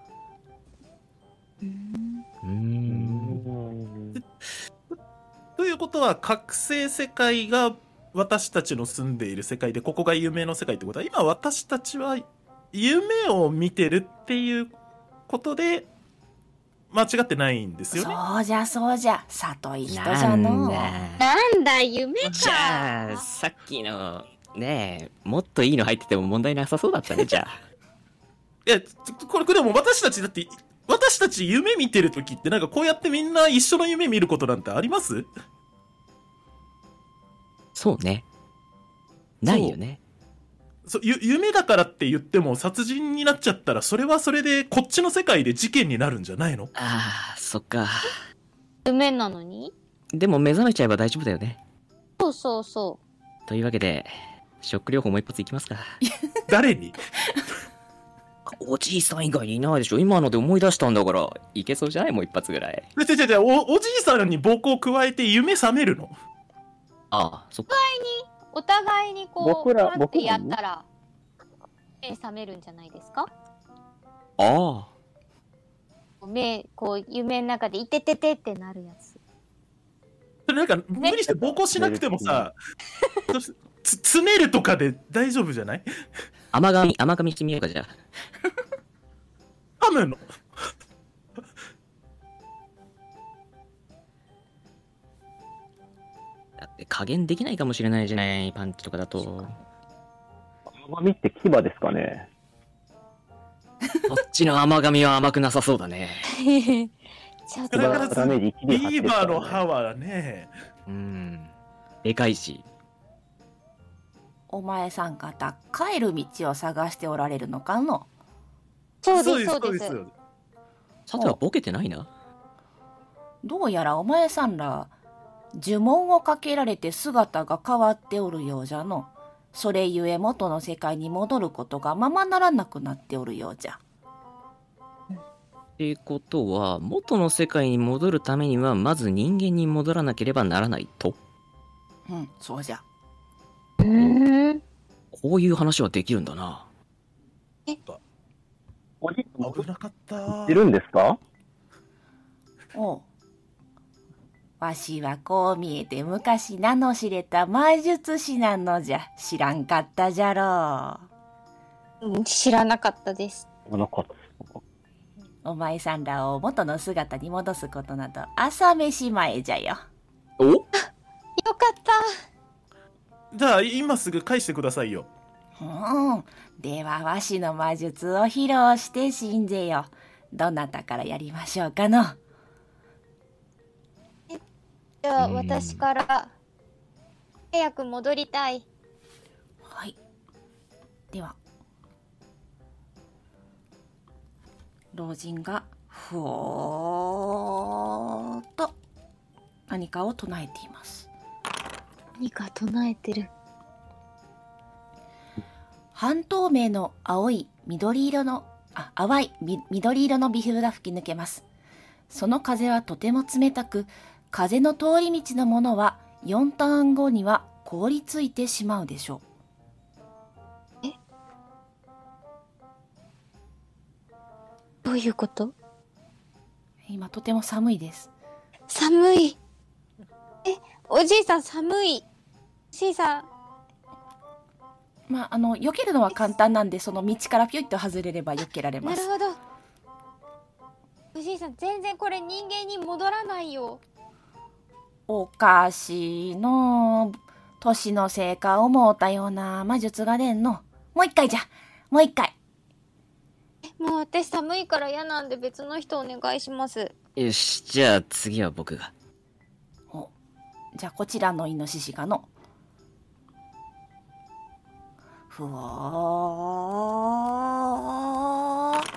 うーん。 ということは、覚醒世界が私たちの住んでいる世界で、ここが夢の世界ってことは、今私たちは夢を見てるっていうことで、間違ってないんですよね。 そうじゃそうじゃ、里い人じゃなんのう。 だ。 なんだ、夢か。 じゃあ、さっきの、ねえ、もっといいの入ってても問題なさそうだったね、じゃあ。 いや、これ、これでも私たちだって、私たち夢見てる時ってなんかこうやってみんな一緒の夢見ることなんてあります？ そうね。ないよね。 そうゆ夢だからって言っても殺人になっちゃったらそれはそれでこっちの世界で事件になるんじゃないの？ ああ、そっか。 夢なのに？ でも目覚めちゃえば大丈夫だよね。 そうそうそというわけで、 ショック療法もう一発いきますか。 誰に？ おじいさん以外にいないでしょ。今ので思い出したんだから、いけそうじゃない？もう一発ぐらい。 違う違う違う、お、おじいさんに暴行を加えて夢覚めるの？ ああ、そっか。 お互いにこう、 僕らパンってやったら、目覚めるんじゃないですか？ ああ。 目、こう、夢の中で、いてててってなるやつ。 それなんか、無理して暴行しなくてもさ、つ、詰めるとかで大丈夫じゃない？ 甘噛み、甘噛みしてみようか、じゃあ。 噛むの？ だって加減できないかもしれないじゃない、パンチとかだと。 甘みって牙ですかね。 こっちの甘噛みは甘くなさそうだね。 ちょっとだからダメージ一ビ理ーバーの歯はね、 うん。でかいし。 お前さん方、帰る道を探しておられるのかの？ そうです、そうです。 よ。 さてはボケてないな。 どうやらお前さんら、呪文をかけられて姿が変わっておるようじゃの。それゆえ元の世界に戻ることがままならなくなっておるようじゃ。 ってことは、元の世界に戻るためには、まず人間に戻らなければならないと。 うん、そうじゃ。 うーん。 こういう話はできるんだな。 おじいさん危なかった。 いるんですか？ おう。わしはこう見えて昔名の知れた魔術師なのじゃ。知らんかったじゃろうん、知らなかったです。 なんかう。お前さんらを元の姿に戻すことなど朝飯前じゃよ。 お？ よかった。 じゃあ、今すぐ返してくださいよ。 うん。ではわしの魔術を披露して信ぜよ。どなたからやりましょうかの。 じゃあ、 うん私から、早く戻りたい。 はい。では、老人がふおーっと何かを唱えています。 何か唱えてる。 半透明の青い緑色の、あ、淡いみ緑色の微風が吹き抜けます。その風はとても冷たく、風の通り道のものはよんターン後には凍りついてしまうでしょう。 どういうこと？ 今とても寒いです。 寒い。え、おじいさん寒い。おじいさん。 まあ、あの、避けるのは簡単なんで、その道からピュイッと外れれば避けられます。 なるほど。おじいさん、全然これ人間に戻らないよ。 おかしいの。年のせいか思うたような魔術が出んの。もう一回じゃ。もう一回。 もう私寒いから嫌なんで別の人お願いします。 よし、じゃあ次は僕が。 お、じゃあこちらのイノシシがの。ふわー。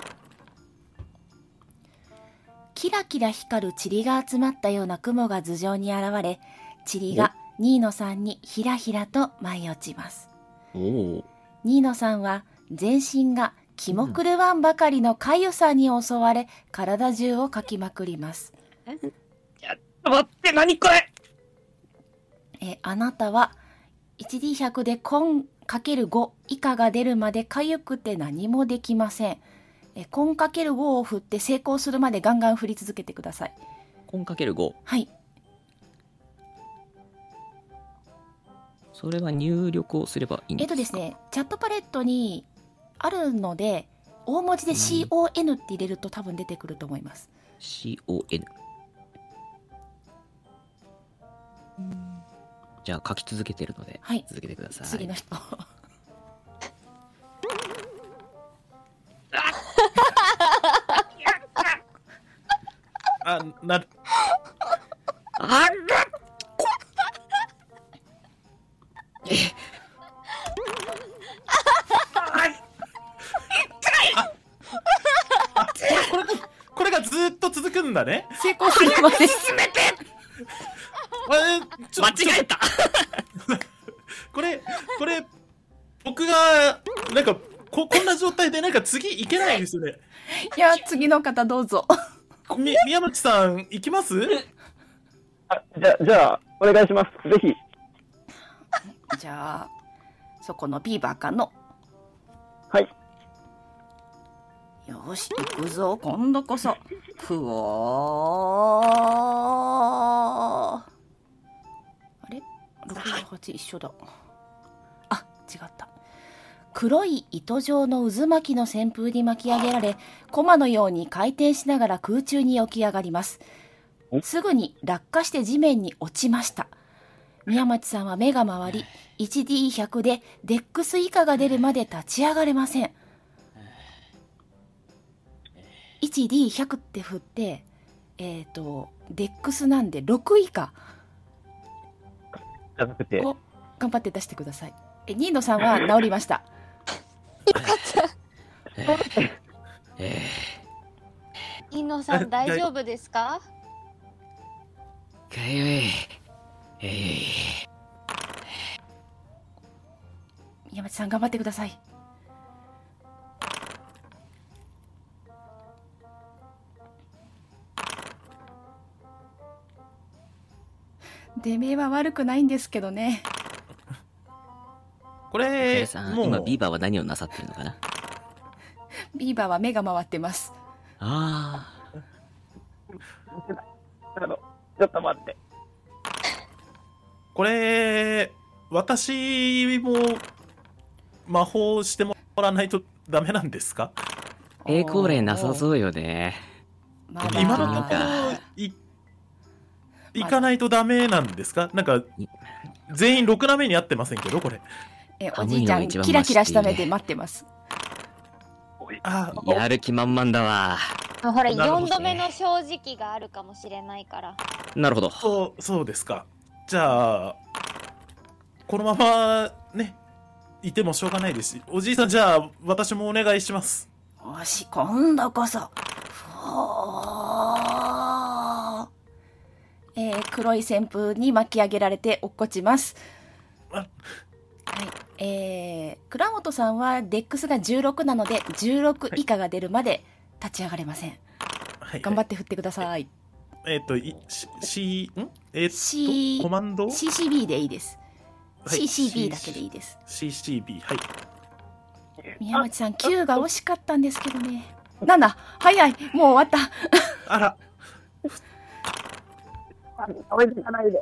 キラキラ光る塵が集まったような雲が頭上に現れ、塵がニーノさんにひらひらと舞い落ちます。 おお。 ニーノさんは全身が気も狂わんばかりのかゆさに襲われ、体中をかきまくります。 待って、何これ。 え、あなたは いちディーひゃく でコン かけるご 以下が出るまでかゆくて何もできません。え、コン かけるご を振って成功するまでガンガン振り続けてください。 コンかけるご。 はい。 それは入力をすればいいんですか？ えっとですね、チャットパレットにあるので、大文字で シーオーエヌ って入れると多分出てくると思います。 シーオーエヌ。じゃあ書き続けてるので、 はい続けてください。 次の人。 あ、な、 あこれが、これがずーっと続くんだね。 成功するまで。 進めてあえちょ間違えた。 これ、これ、 次行けないですよね。 いや、次の方どうぞ。 み宮町さん行きます？ あ、じゃあ、じゃあ、お願いします。ぜひ。 じゃあ、そこのビーバーかの。 はい。 よし、行くぞ、今度こそ。ふおー。あれ ?ろくじゅうはち 一緒だ。あ、違った。黒い糸状の渦巻きの旋風に巻き上げられ、コマのように回転しながら空中に起き上がります。すぐに落下して地面に落ちました。宮町さんは目が回り、いちディーひゃく でデックス以下が出るまで立ち上がれません。いちディーひゃく って振って、えっと、デックスなんでろく以下高くて。 を頑張って出してください。え、ニーノさんは治りました。 えイノさん大丈夫ですか？ ー、かゆい。えー、 宮町さん頑張ってください。出目は悪くないんですけどね。 これさん、 もう今ビーバーは何をなさってるのかな？ ビーバーは目が回ってます。 ああの、ちょっと待って。 これ私も魔法してもらわないとダメなんですか？ ー、栄光例なさそうよね。 まだ今のところい行かないとダメなんですか？なんか全員ろくな目に遭ってませんけどこれ。 え、おじいちゃんキラキラした目で待ってます。 あ、 やる気満々だわ。 ほら、 なるほどよんどめの正直があるかもしれないから。 なるほど。 そうそうですか。じゃあこのままねいてもしょうがないですし、おじいさんじゃあ私もお願いします。 よし、今度こそ。ほー。えー、黒い旋風に巻き上げられて落っこちます。 あはい。えー、倉本さんはデックスがじゅうろくなので、じゅうろく以下が出るまで立ち上がれません。 はい、 頑張って振ってください。 えっ、ー、とい C んえっ、ー、と C コマンドシーシービー でいいです。 はいシーシービー だけでいいです。 シーシービー はい。 宮町さんきゅうが惜しかったんですけどね。なんだ早い、もう終わった。 あら置いていかないで。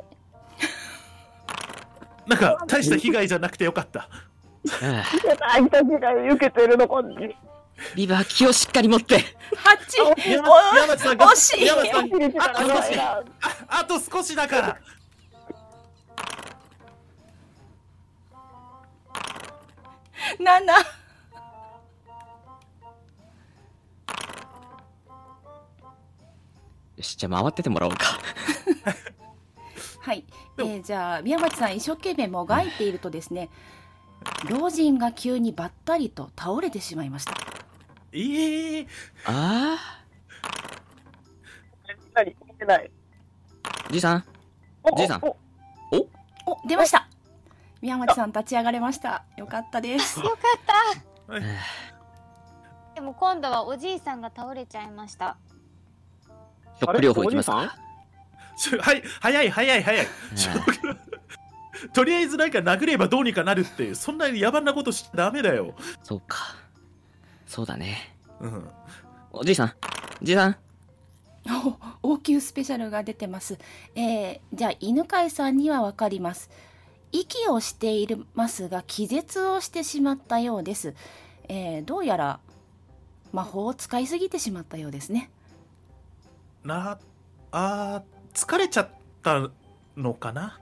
なんか大した被害じゃなくてよかった。 ああいたちが受けてるのこっち。 ー、ビーバー気をしっかり持って。 はち、 宮お宮町さんが惜しい。 宮町さん入れてたらあと少しないなああと少しだからなな。 よし、じゃあ回っててもらおうか。 はい、えー、じゃあ宮町さん一生懸命もがいているとですね、老人が急にばったりと倒れてしまいました。 ええー、 あ何見てない。 ー、じいさん、じいさん。 おお、出ました。宮町さん立ち上がれました。よかったです。 よかった。 はいでも今度はおじいさんが倒れちゃいました。 ショック療法いきますあれおか。 ちょはい早い早い早いとりあえずなんか殴ればどうにかなるっていうそんなに野蛮なことしちゃダメだよ。 そうか。そうだね。 うんおじいさん、じいさん。 お応急スペシャルが出てます。えー、じゃあ犬飼さんにはわかります。息をしていますが気絶をしてしまったようです。えー、どうやら魔法を使いすぎてしまったようですね。 なあー疲れちゃったのかな。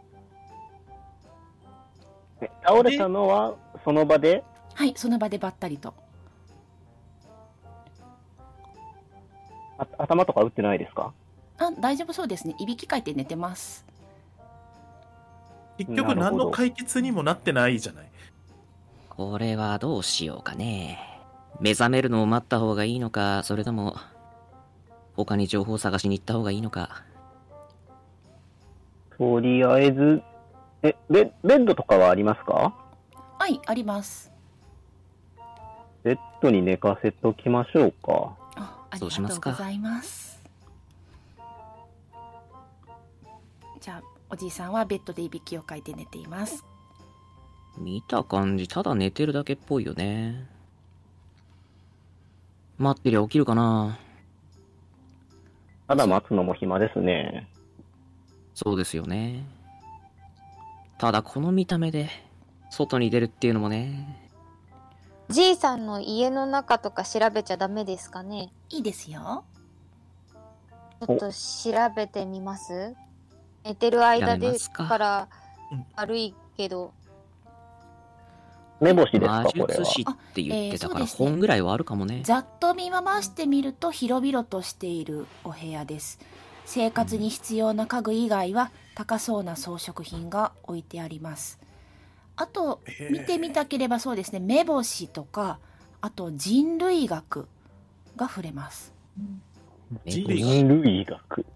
倒れたのはその場で。 はい、その場でばったりと。 あ頭とか打ってないですか？ あ、大丈夫そうですね。いびきかいて寝てます。 結局何の解決にもなってないじゃない。 これはどうしようかね。目覚めるのを待った方がいいのか、それとも他に情報を探しに行った方がいいのか。 とりあえず、え、ベベッドとかはありますか？ はい、あります。 ベッドに寝かせときましょうか。 あ、ありそうしますかがとうございます。じゃあおじいさんはベッドでいびきをかいて寝ています。 見た感じ、ただ寝てるだけっぽいよね。待ってりゃ起きるかな。 ただ待つのも暇ですね。 そうですよね。ただこの見た目で外に出るっていうのもね。 じいさんの家の中とか調べちゃダメですかね。 いいですよ。 ちょっと調べてみます。寝てる間やめでますかからうん悪いけど。 目星です魔か、これは。 術師って言ってたからあえーそうですね本ぐらいはあるかもね。 ざっと見回してみると広々としているお部屋です。生活に必要な家具以外は高そうな装飾品が置いてあります。あとへー見てみたければそうですね、目星とか、あと人類学が触れます。 人類人類学。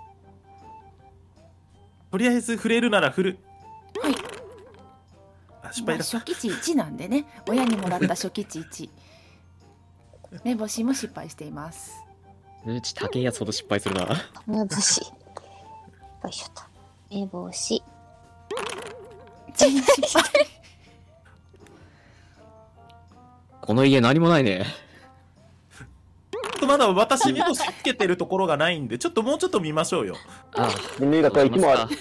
とりあえず触れるなら振る。 はい。 あ、失まあ、 敗だった。 初期値いちなんでね、親にもらった初期値いち。目星も失敗しています。 うち高いやつほど失敗するな。 目星。よいしょと。目星。 全員失敗。 この家何もないね。 ちょっとまだ私目星つけてるところがないんで、ちょっともうちょっと見ましょうよ。 ああ、 人類学はいちもある。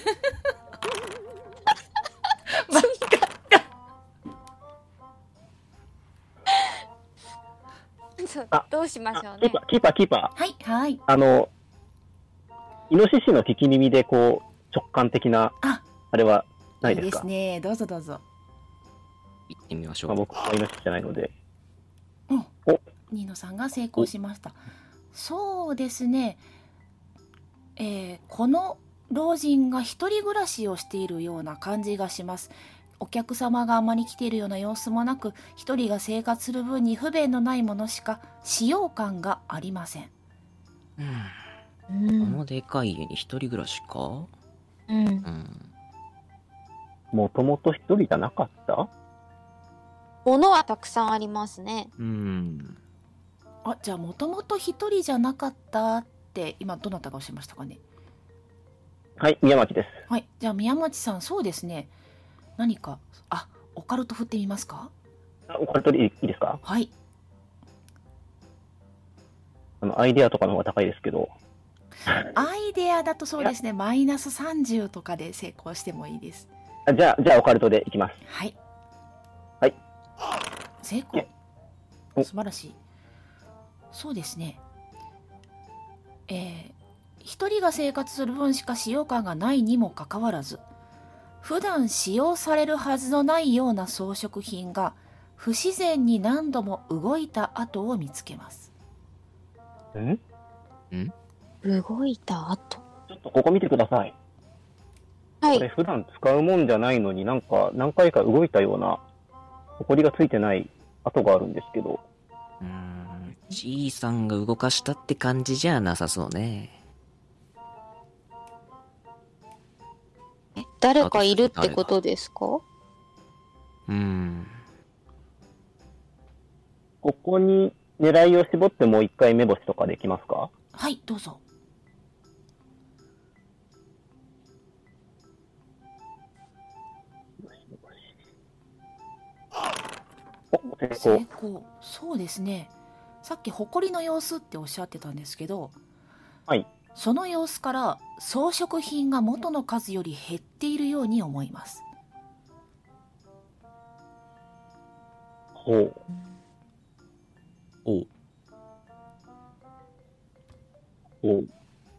そうあどうしましょうねキーパ。ー、キーパー、キーパー。 はいはい。 あの、イノシシの聞き耳でこう、直感的な、 あ、 あれはないいいですか？ ですね。どうぞどうぞ。 行ってみましょまあ、 う。 僕はイノシシじゃないので。 うんお。 ニーノさんが成功しました。そうですね。えーこの老人が一人暮らしをしているような感じがします。お客様があまり来ているような様子もなく、一人が生活する分に不便のないものしか使用感がありません。 うん、 うこのでかい家に一人暮らしか。 うん。 うん。 もともと一人じゃなかった？ 物はたくさんありますね。 うん。 あ、じゃあもともと一人じゃなかったって今どなたがおっしゃいましたかね。 はい、宮町です。 はい、じゃあ宮町さん、そうですね。何か、あ、オカルト振ってみますか。 あ、これ取りいいですか？ はい。 あの、アイデアとかの方が高いですけど。 アイデアだとそうですね、マイナスさんじゅうとかで成功してもいいです。 あじゃあ、じゃあ、オカルトでいきます。 はい。 はい。 成功。 お素晴らしい。そうですね。えー、一人が生活する分しか使用感がないにもかかわらず、普段使用されるはずのないような装飾品が不自然に何度も動いた跡を見つけます。 ん動いた後。 ちょっとここ見てください。 はい。 これ普段使うもんじゃないのになんか何回か動いたような、埃がついてない跡があるんですけど。 うーん。じいさんが動かしたって感じじゃなさそうね。 え誰かいるってことですか？ うーん。 ここに狙いを絞ってもう一回目星とかできますか？ はい、どうぞ。 お、成成功。 功。そうですね。さっき埃の様子っておっしゃってたんですけど、 はい。 その様子から装飾品が元の数より減っているように思います。 ほう。 おう。 ほう。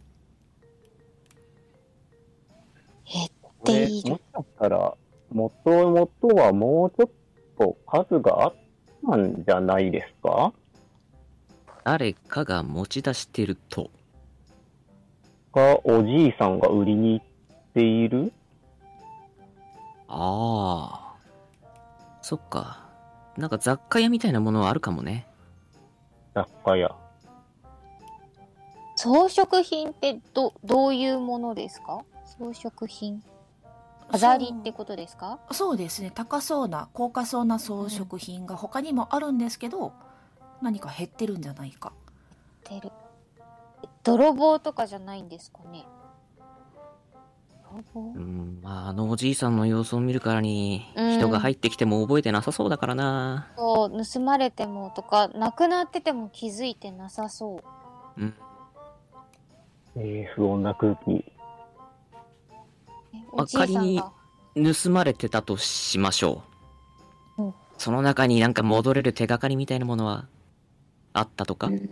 減っこれ、 ているもし。かしたら、もともとはもうちょっと数があったんじゃないですか？ 誰かが持ち出してると。 が、おじいさんが売りに行っている？ ああ。そっか。なんか雑貨屋みたいなものはあるかもね。 雑貨屋。 装飾品ってどどういうものですか？装飾品。 飾りってことですか？ そうですね、高そうな高価そうな装飾品が他にもあるんですけど、何か減ってるんじゃないか。 てる泥棒とかじゃないんですかね。泥棒、 うん、まあ、あのおじいさんの様子を見るからに、 うん人が入ってきても覚えてなさそうだからな。 そう盗まれてもとかなくなってても気づいてなさそう。 うん。 えー、不穏な空気。 えおじいさんが盗まれてたとしましょう。 うん、 その中になんか戻れる手がかりみたいなものはあったとか、 うん、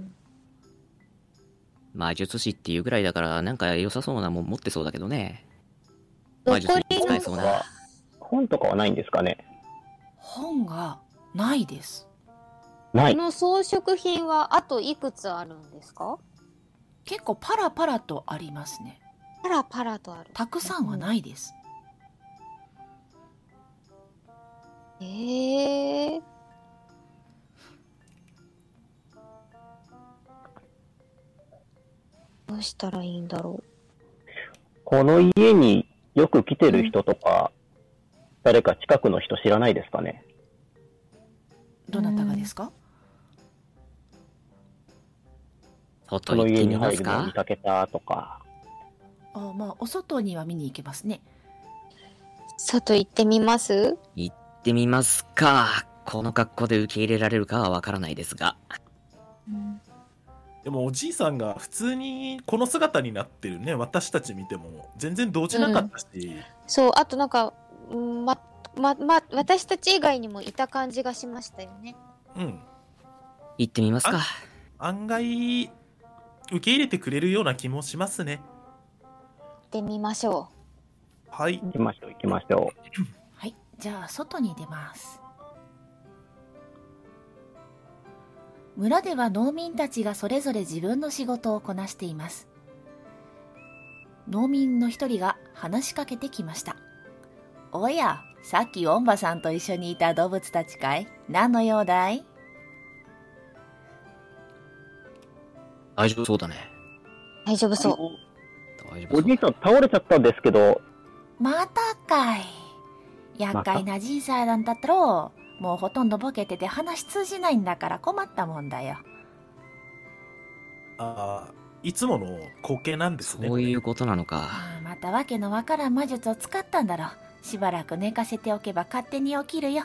魔術師っていうぐらいだからなんか良さそうなもん持ってそうだけどね。 残魔術にりの使えそうな。 本とかはないんですかね？ 本がないです。 ない。 この装飾品はあといくつあるんですか？ 結構パラパラとありますね。 パラパラとある。 たくさんはないです。 えー、どうしたらいいんだろこの家によく来てる人とか、誰か近くの人知らないですかね？ どなたがですか？ こ外行っての家にみますか入るのを見？かけたとか。 あ、まあお外には見に行けますね。 う。外行ってみます？ 行ってみますか。この格好で受け入れられるかはわからないですが。 うんでもおじいさんが普通にこの姿になってるね、私たち見ても全然動じなかったし、 そう、あとなんか、うんま、ま、ま、私たち以外にもいた感じがしましたよね。 うん、 行ってみますか。 案外受け入れてくれるような気もしますね。 行ってみましょはい。 行きましょう、行きましょはい、じゃあ外に出ます。村では農民たちがそれぞれ自分の仕事をこなしています。農民の一人が話しかけてきました。おや、さっきおんばさんと一緒にいた動物たちかい？何の用だい？ 大丈夫そうだね。 う。大丈夫そう。 う。お大丈夫そうじいさん倒れちゃったんですけど、 またかい。厄介なじいさんなんだったろう。もうほとんどボケてて話通じないんだから困ったもんだよ。 ああ、いつもの光景なんですね。 そういうことなのか。 ああ、またわけのわからん魔術を使ったんだろう。しばらく寝かせておけば勝手に起きるよ。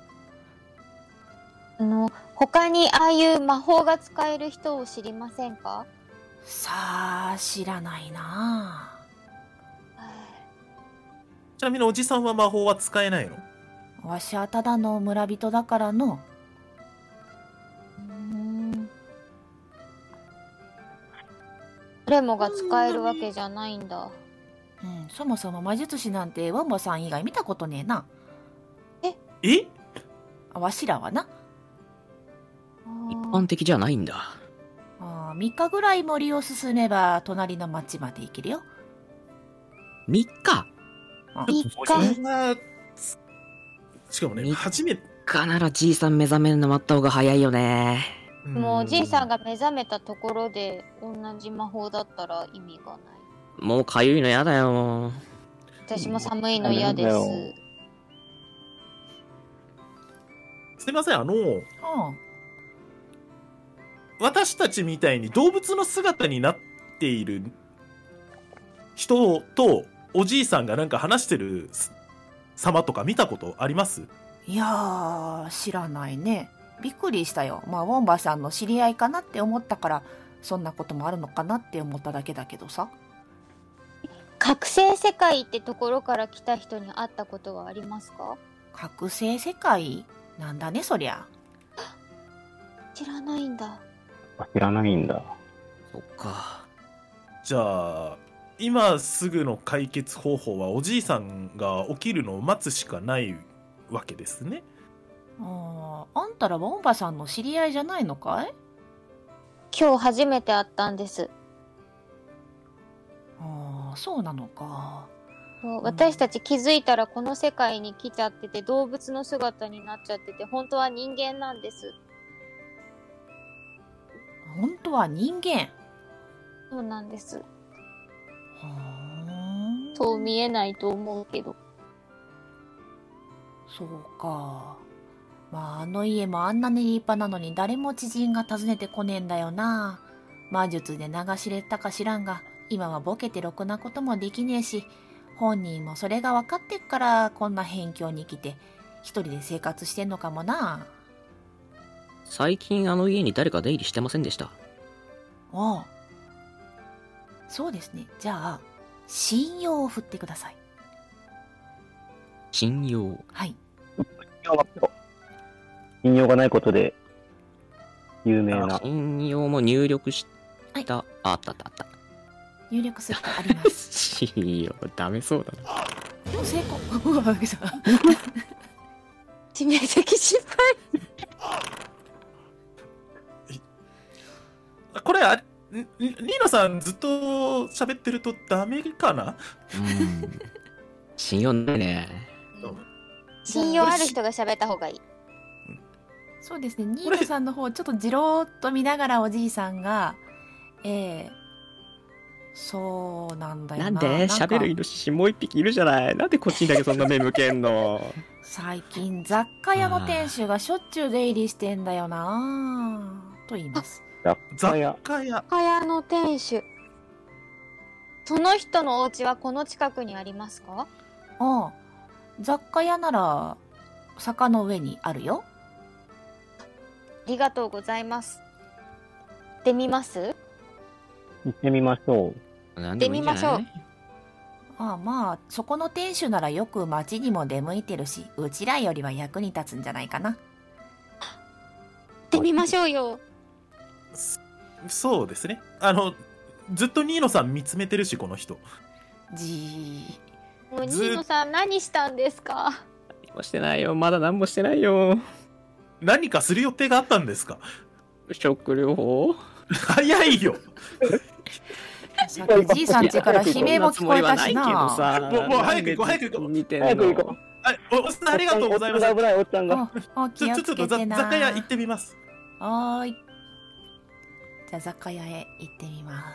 あの、他にああいう魔法が使える人を知りませんか？ さあ、知らないなちなみにおじさんは魔法は使えないの？ あ。わしはただの村人だからの。 うーん。誰もが使えるわけじゃないんだ。 うん、そもそも魔術師なんてワンボさん以外見たことねえな。 え？ あわしらはな。 一般的じゃないんだ。 あみっかぐらい森を進めば隣の町まで行けるよ。 みっかいっおかじさんがしかもね、 み初めて、 かならじいさん目覚めるの待った方が早いよね。 もうおじいさんが目覚めたところで同じ魔法だったら意味がない。 もうかゆいのやだよ。 私も寒いの嫌でうんす。 すいません、あの、 うん私たちみたいに動物の姿になっている人とおじいさんがなんか話してる様とか見たことあります？ いやー、知らないね。びっくりしたよ。まあウォンバさんの知り合いかなって思ったからそんなこともあるのかなって思っただけだけどさ。 覚醒世界ってところから来た人に会ったことはありますか？ 覚醒世界なんだねそりゃ。 知らないんだ。 あ知らないんだ。 そっか。 じゃあ今すぐの解決方法はおじいさんが起きるのを待つしかないわけですね。 あーあんたらウォンバさんの知り合いじゃないのかい？ 今日初めて会ったんです。 ああ、そうなのか。 そう私たち気づいたらこの世界に来ちゃってて動物の姿になっちゃってて本当は人間なんです。 本当は人間。 そうなんです。 はーん。 そう見えないと思うけど。 そうか。まああの家もあんなに立派なのに誰も知人が訪ねてこねえんだよな。魔術で流しれたか知らんが、今はボケてろくなこともできねえし、本人もそれが分かってっからこんな辺境に来て一人で生活してんのかもな。 最近あの家に誰か出入りしてませんでした？ ああ、そうですね。じゃあ信用を振ってください。 信用。 はい。 信用がないことで有名な。 信用も入力した、 はい、 あ、あったあったあった。 入力するとあります。 信用ダメそうだな。 成功。うわ、びっくりした。 致命的失敗。 これあニーノさんずっと喋ってるとダメかな。 うん信用ないね。 信用ある人が喋った方がいい。 そうですね。ニーノさんの方ちょっとじろーっと見ながらおじいさんが、ええそうなんだよな。 なんで喋るイノシシもう一匹いるじゃない。なんでこっちにだけそんな目向けんの。 最近雑貨屋の店主がしょっちゅう出入りしてんだよなと言います。 雑貨屋。 雑貨屋の店主。その人のお家はこの近くにありますか？ ああ、雑貨屋なら坂の上にあるよ。 ありがとうございます。行ってみます？ 行ってみましょう。行ってみましょう。 ああ、まあそこの店主ならよく町にも出向いてるし、うちらよりは役に立つんじゃないかな。 行ってみましょうよ。 そうですね。あのずっとニーノさん見つめてるし、この人。 じー。もうニーノさん何したんですか？ 何もしてないよ。まだ何もしてないよ。 何かする予定があったんですか？ 食療法？ 早いよ。 さっきじいさん家から悲鳴も聞こえたしな。 もうもう早く行こう早く行こう。 早く行こう。 あ、おっさんありがとうございます。 危ないおっちゃんが。 おお気をつけてな。 ちょっと雑貨屋行ってみます。 はーい。じゃあ雑貨屋へ行ってみます。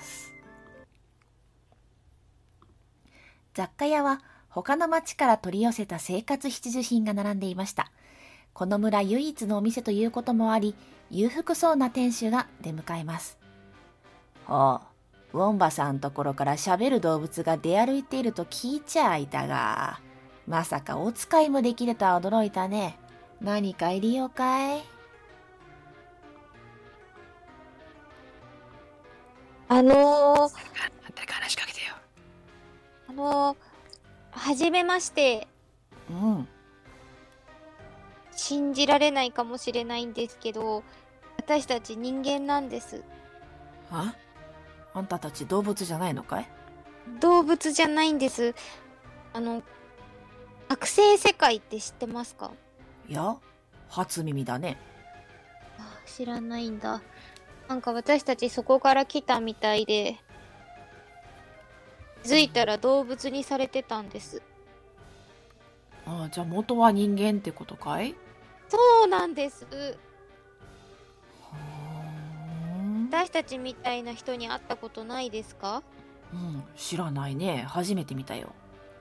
雑貨屋は他の町から取り寄せた生活必需品が並んでいました。この村唯一のお店ということもあり、裕福そうな店主が出迎えます。おう、ウォンバさんところから喋る動物が出歩いていると聞いちゃいたが、まさかお使いもできるとは驚いたね。何か入りようかい？ あのー、 誰か話しかけてよ。 あのー、はじめまして。 うん。 信じられないかもしれないんですけど、私たち人間なんです。 あ？あんたたち動物じゃないのかい？ 動物じゃないんです。あの、覚醒世界って知ってますか？ いや、初耳だね。 あ、知らないんだ。なんか私たちそこから来たみたいで、気づいたら動物にされてたんです。 ああ、じゃあ元は人間ってことかい？ そうなんです。 はーん。 私たちみたいな人に会ったことないですか？ うん、知らないね。初めて見たよ。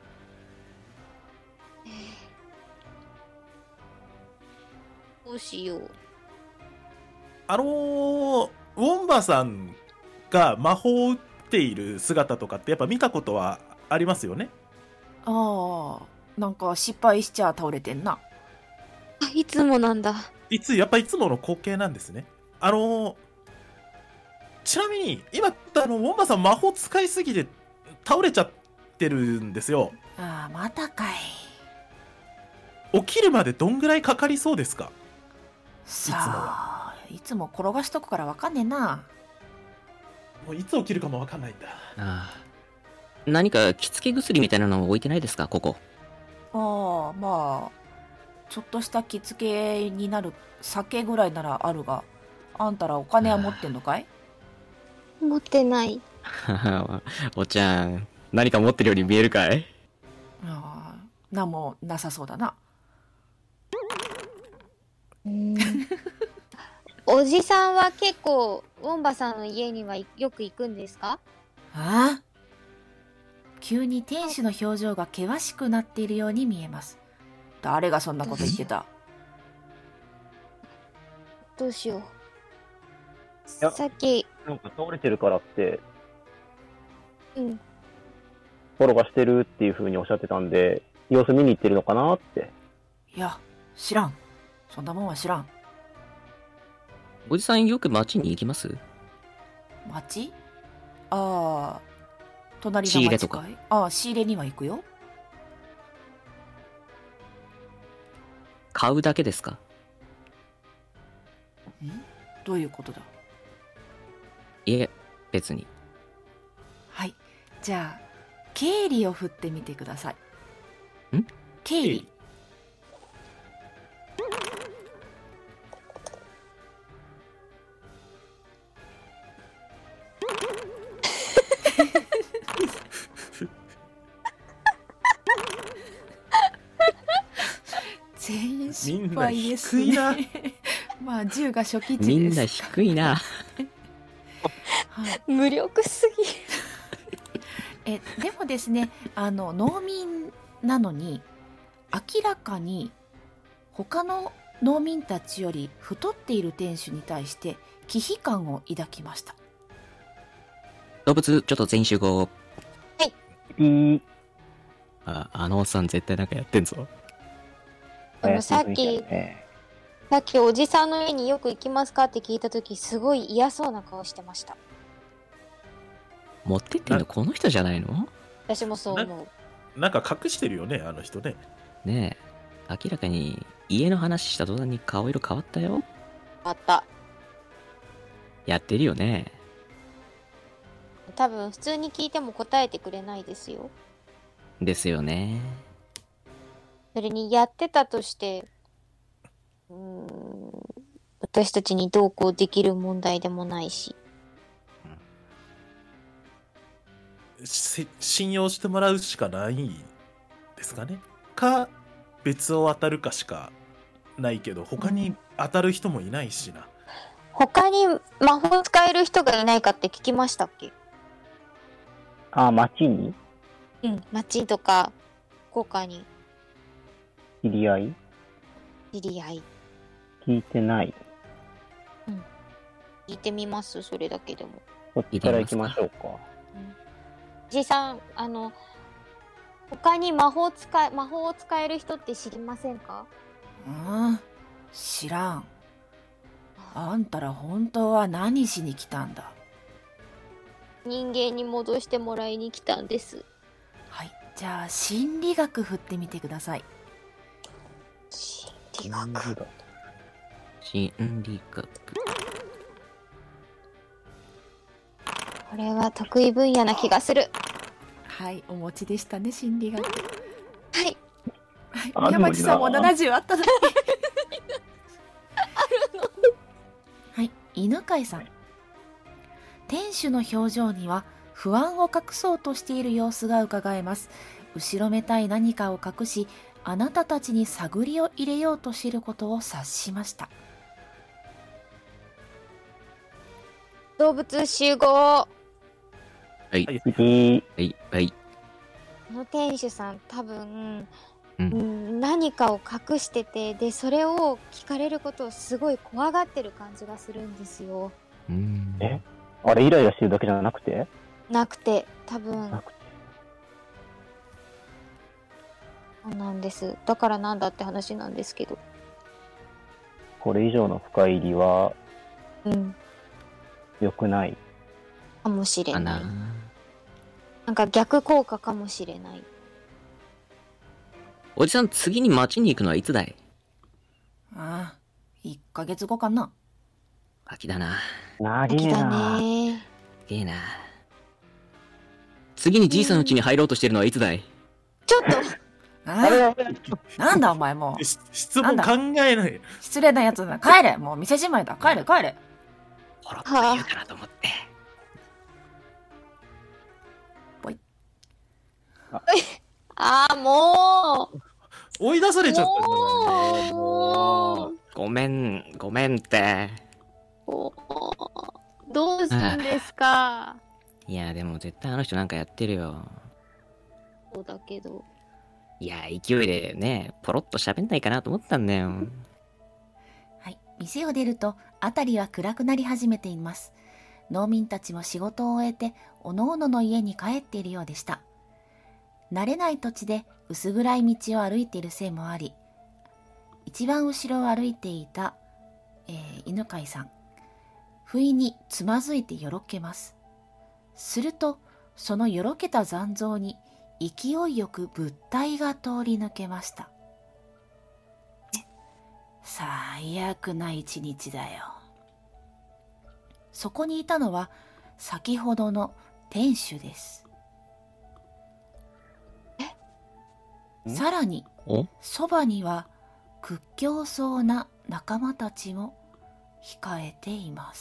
どうしよう。 あのー、ウォンバさんが魔法を打っている姿とかってやっぱ見たことはありますよね？ ああ、なんか失敗しちゃ倒れてんな。 あ、いつもなんだ。 いつ、やっぱいつもの光景なんですね。あのー、ちなみに今あのウォンバさん魔法使いすぎて倒れちゃってるんですよ。 ああ、またかい。 起きるまでどんぐらいかかりそうですか？ さあ、いつも転がしとくからわかんねえな。 もういつ起きるかもわかんないんだ。 ああ。何か着付け薬みたいなの置いてないですか、ここ？ ああ、まあちょっとした着付けになる酒ぐらいならあるが、あんたらお金は持ってんのかい？ 持ってない。 おちゃん、何か持ってるように見えるかい？ ああ、なんもなさそうだな。 うーんおじさんは結構ウォンバさんの家にはよく行くんですか？ ああ、 急に店主の表情が険しくなっているように見えます。誰がそんなこと言ってた？ どうしよう。 やさっき、 なんか倒れてるからって、 うん、 フォローがしてるっていう風におっしゃってたんで、様子見に行ってるのかなって。 いや、知らん。そんなもんは知らん。 おじさんよく街に行きます？ 町？ああ、隣の仕入れ町かい？ とか。 ああ、仕入れには行くよ。 買うだけですか？ ん？どういうことだ？ いえ、別に。 はい。じゃあ、経理を振ってみてください。 ん？ 経理。全員失敗ですね。 みんな低いまあ、じゅうが初期値です。 みんな低いな。 はい、 無力すぎ。 えでもですね、あの農民なのに明らかに他の農民たちより太っている店主に対して忌避感を抱きました。 動物ちょっと全員集合。 ピー。 あ、あのおっさん絶対なんかやってんぞ。 あのさっき、 ね、 さっきおじさんの家によく行きますかって聞いたとき、すごい嫌そうな顔してました。 持ってってんのこの人じゃないの？ 私もそう思う。 なんか隠してるよね、あの人ね。 ねえ、明らかに家の話した途端に顔色変わったよ。 あった。 やってるよね。 多分普通に聞いても答えてくれないですよ。 ですよね。 それにやってたとして、うーん、私たちにどうこうできる問題でもないし。 し信用してもらうしかないですかね。か別を当たるかしかないけど、他に当たる人もいないしな。 他に魔法使える人がいないかって聞きましたっけ？ あ、町にうん、町とか福岡に知り合い知り合い聞いてない。 聞いてみます？それだけでも。 こっちから行きましょうか。 じいさん、あの他に魔法使い魔法を使える人って知りませんか？ うん、知らん。あんたら本当は何しに来たんだ？ 人間に戻してもらいに来たんです。 はい、じゃあ心理学振ってみてください。 心理学。 心理学。 これは得意分野な気がする。 はい、お持ちでしたね、心理学。 はい。 はい、山地さんもななじゅうあったのに。はい、犬飼さん。店主の表情には不安を隠そうとしている様子がうかがえます。後ろめたい何かを隠し、あなたたちに探りを入れようとしていることを察しました。 動物集合。 はい。 はいはい。はい。 この店主さん多分、 ううんん、何かを隠してて、でそれを聞かれることをすごい怖がってる感じがするんですよ。 うん。 えあれイライラしてるだけじゃなくてなくて、多分なくてそうなんです。だからなんだって話なんですけど。 これ以上の深入りはうん。 良くない。 かもしれかない。 な。 なんか逆効果かもしれない。 おじさん、次に街に行くのはいつだい？ ああ、いっかげつごかな。 秋だな。 なぎ秋だな。 ね。 すげえな。次にじいさんの家に入ろうとしてるのはいつだい？ ちょっとああ、なんだお前もう。 し質問考えない。 失礼なやつだ。帰れ。もう店じまいだ。帰れ帰れ。 ポロッと言うかなと思って。 ああ、もう追い出されちゃったんじゃないの？ もうごめん、ごめんって。 もうどうするんですか？ いや、でも絶対あの人なんかやってるよ。 そうだけど。 いや、勢いでね、ポロッと喋んないかなと思ったんだよ。 はい、店を出ると辺りは暗くなり始めています。農民たちも仕事を終えておのおのの家に帰っているようでした。慣れない土地で薄暗い道を歩いているせいもあり、一番後ろを歩いていた、えー、犬飼さん、不意につまずいてよろけます。するとそのよろけた残像に勢いよく物体が通り抜けました。最悪な一日だよ。そこにいたのは先ほどの店主です。さらにおそばには屈強そうな仲間たちも控えています。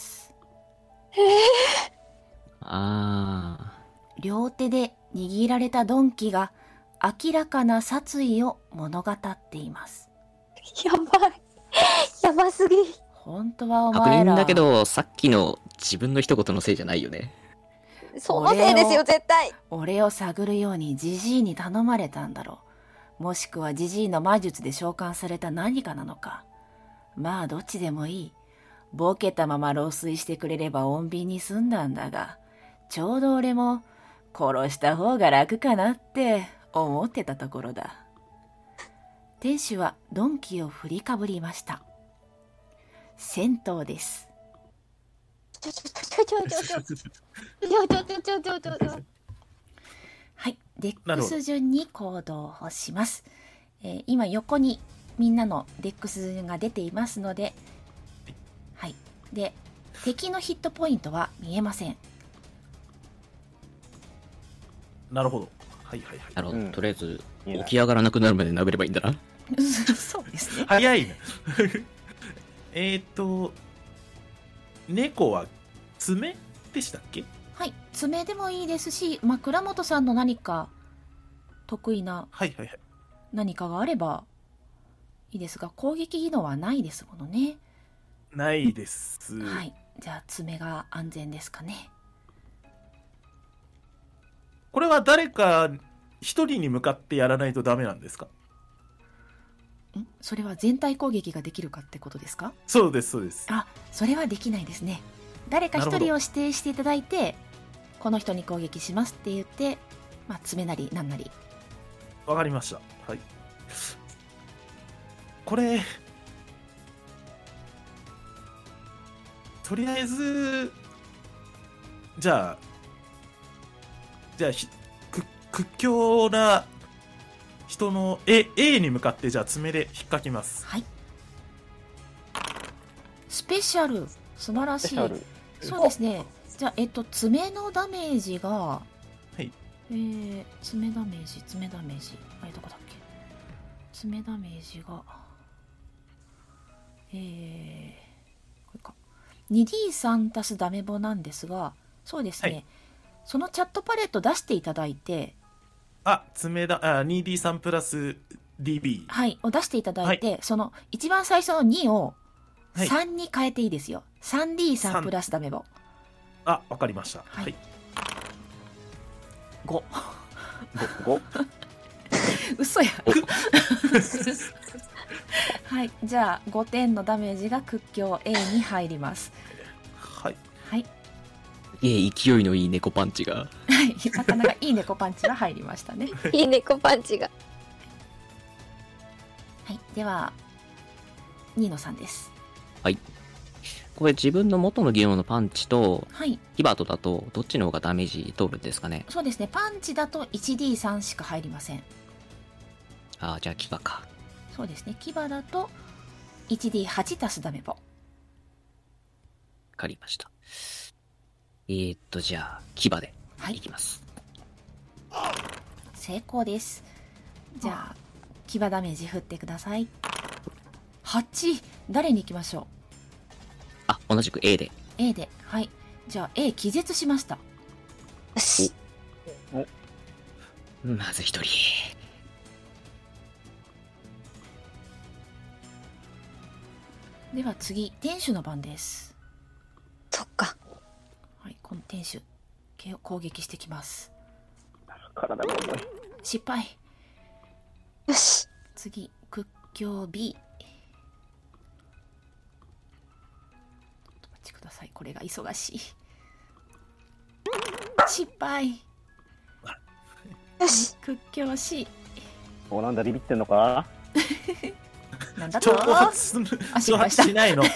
あ両手で握られた鈍器が明らかな殺意を物語っています。 やばい。やばすぎ。 本当はおー。確前ら認だけど、さっきの自分の一言のせいじゃないよね。 そのせいですよ、絶対。 俺を探るようにジジイに頼まれたんだろう。もしくはジジイの魔術で召喚された何かなのか。まあどっちでもいい。ボケたまま老衰してくれれば穏便に済んだんだが、ちょうど俺も殺した方が楽かなって思ってたところだ。店主は鈍器を振りかぶりました。銭湯です。 ちょちょちょちょちょちょちょちょちょちょちょちょちょ。 はい、デックス順に行動をします。えー、今横にみんなのデックス順が出ていますので、はい。で、敵のヒットポイントは見えません。 なるほど。はいはいはい。 なるほど、 うんとりあえずいいな起き上がらなくなるまで殴ればいいんだな。 そうですね。 早いな。えっと、猫は爪でしたっけ？ はい、爪でもいいですし、まあ、倉本さんの何か得意なはいはいはい。 何かがあればいいですが、攻撃技能はないですものね。 ないです。 はい、じゃあ爪が安全ですかね。 これは誰か一人に向かってやらないとダメなんですか？ んそれは全体攻撃ができるかってことですか？ そうですそうです。 あ、それはできないですね。誰か一人を指定していただいて、この人に攻撃しますって言って、まあ、爪なりなんなり。 わかりました。はい。これ、とりあえず、じゃあ、じゃあ、ひく屈強な人の A, A に向かってじゃあ爪で引っかきます。 はい。スペシャル、素晴らしい。 スペシャル。 そうですね。じゃあ、えっと、爪のダメージが、 はい。 えー、爪ダメージ、爪ダメージ。あれ、どこだっけ？爪ダメージが、えー、これか。にディースリー 足すダメボなんですが、そうですね。 はいそのチャットパレット出していただいて、 あ、爪だ、あ、にディースリー プラス ディービー。 はい、を出していただいて、その一番最初のにをはいさんに変えていいですよ。さんディースリー プラスダメボ。 あ、わかりました。 ははいい。 ご。 ご。 嘘や。はい、じゃあごてんのダメージが屈強 A に入ります。 はい。 はい。 ええ、勢いのいい猫パンチが。 はい、なかなかいい猫パンチが入りましたね。 いい猫パンチが。 はい、ではニーノさんです。 これ自分の元の技能のパンチとはい、 ヒバトだとどっちの方がダメージ通るんですかね。 そうですね。パンチだと いちディースリー しか入りません。 ああ、じゃあ牙か。 そうですね。牙だと いちディーはち 足すダメボ。 わかりました。えー、っと、じゃあ、牙ではいいきます。 成功です。じゃあ牙ダメージ振ってください。はち。誰に行きましょあ、同じく A で。 う？ A で。はい、じゃあ A 気絶しました。 よし。 まず一人。 では次、店主の番です。 そっか。 はい、この店主け攻撃してきます。 体が重い。 失敗。 よし。 次屈強 B。 ちょっとお待ちください、これが忙しい。失敗。 よし。 屈強 C。 お、なんだ、ビビってんのか。 なんだと。 挑発するあ失挑敗した発しないの。 はい、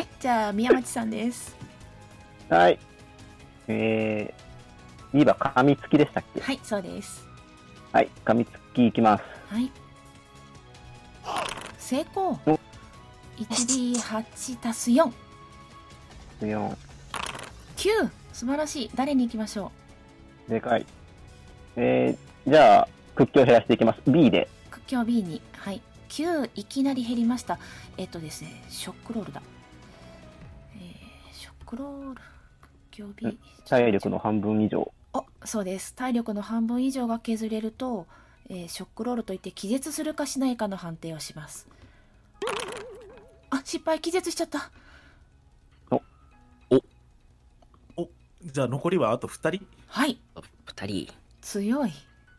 じゃあ宮町さんです。 はい。えー、ビーバー噛みつきでしたっけ。 はい、そうです。 はい、噛みつきいきます。 はい、成功。 おいちディーはち 足すよん。 よん。 きゅう。素晴らしい。誰に行きましょでかい。えー、じゃあ、屈強を減らしていきます。B で。 う。屈強 B に。はい、きゅういきなり減りました。えっとですね、ショックロールだ。えー、ショックロール屈強 B。 体力の半分以上。 お、そうです。体力の半分以上が削れると、えーショックロールといって気絶するかしないかの判定をします。あ、失敗。気絶しちゃった。 じゃあ残りはあとふたり。 はい、 ふたり。 強い。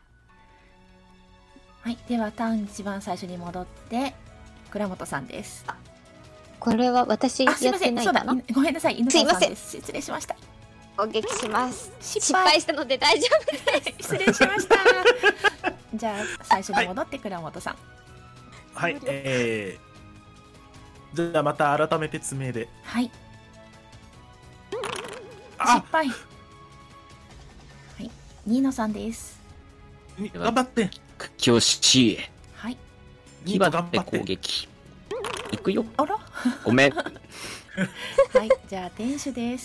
はい、ではターン一番最初に戻って倉本さんです。 これは私やあ、すいません。 ってないそうだ。 かな。 いごめんなさい。犬川さんです。失礼しました。 攻撃します。 失失敗したので大丈夫。 失礼しました。じゃあ最初に戻って倉本さん。 はい、えー、じゃあまた改めて爪で。 はい。 あ失敗。はい。ニーノさんです。 に頑張って屈強 C。 はい。 牙頑張でって攻撃。いくよ。 あら。 ごめん。 はい。じゃあ店主です。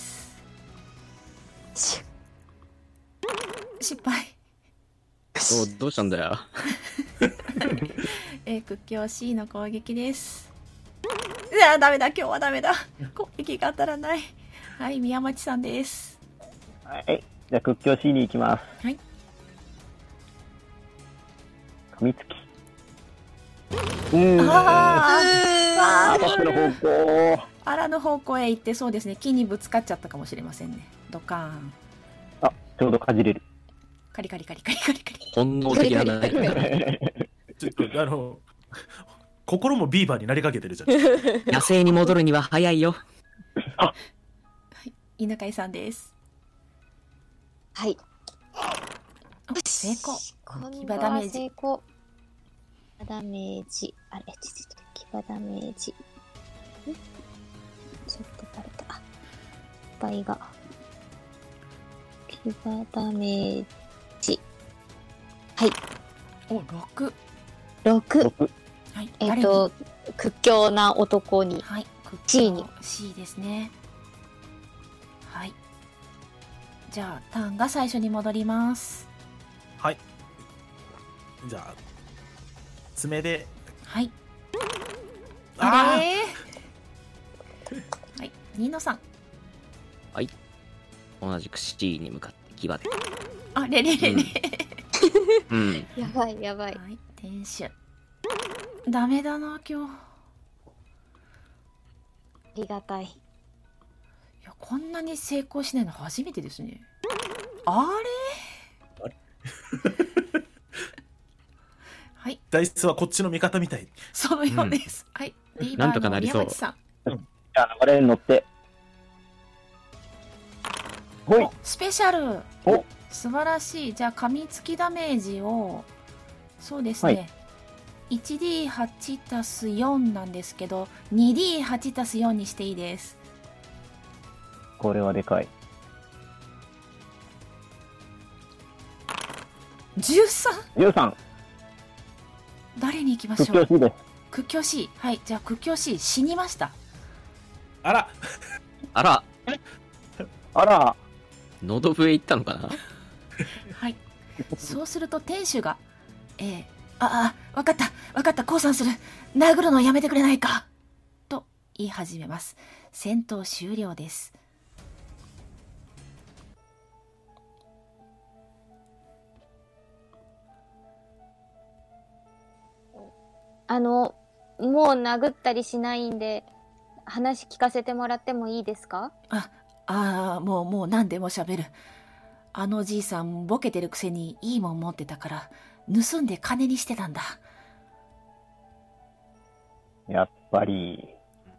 失敗。 どうどうしたんだよ。 えー、屈強 C の攻撃です。いやダメだ、今日はダメだ。攻撃が当たらない。はい、宮町さんです。 はい。じゃあ、屈強 C に行きます。 はい。 噛みつき。うーん。 ああ、 ーバスの方向。 あらの方向へ行って、そうですね、木にぶつかっちゃったかもしれませんね。ドカーン。 あ、ちょうどかじれる。 カリカリカリカリカリカリ。 本能的なね。 ちょっとあの心もビーバーになりかけてるじゃん。 野生に戻るには早いよ。 はい、犬飼さんです。 はい。 あ、成功。 今牙度はダメージ成功。牙ダメージ。あれ、ちょっと牙ダメージ。んちょっとバレた。あ、倍が。牙ダメージ。はい。 お、ろく。 ろく。 ろく。 はい、 えっ、 誰と、屈強な男に。 はい、 C に C ですね。はい。じゃあターンが最初に戻ります。 はい。じゃあ爪で。 はい。 ああれーはい、ニーノさん。 同じく C に向かって牙で。 あれれれれ、 うん。うん。 やばい、やばい。 はい、店主。ダメだな今日。 ありがたい。 いや、こんなに成功しないの初めてですね。あれあれはい、 ダイスはこっちの味方みたい。 そのようです。はい、リーバなんとかーのなりそう宮町さん。 じゃあ、流れに乗って。ほいお、。スペシャル。 お、 素晴らしい。じゃあ噛みつきダメージを、そうですね、 はいいちディーはち 足すよんなんですけど にディーはち 足すよんにしていいです。 これはでかい。 じゅうさん。 じゅうさん。 誰に行きまし屈強ょう。 C です。 屈強 C。 はい、じゃあ屈強 C 死にました。 あらあら、 あら、 喉笛行ったのかな。 はい、そうすると店主がえー、ああわかったわかった、降参する、殴るのやめてくれないかと言い始めます。戦闘終了です。 あの、もう殴ったりしないんで、話聞かせてもらってもいいですか？ ああーもうもう何でもしゃべる。 あのじいさんボケてるくせにいいもん持ってたから盗んで金にしてたんだ。 やっぱり。 い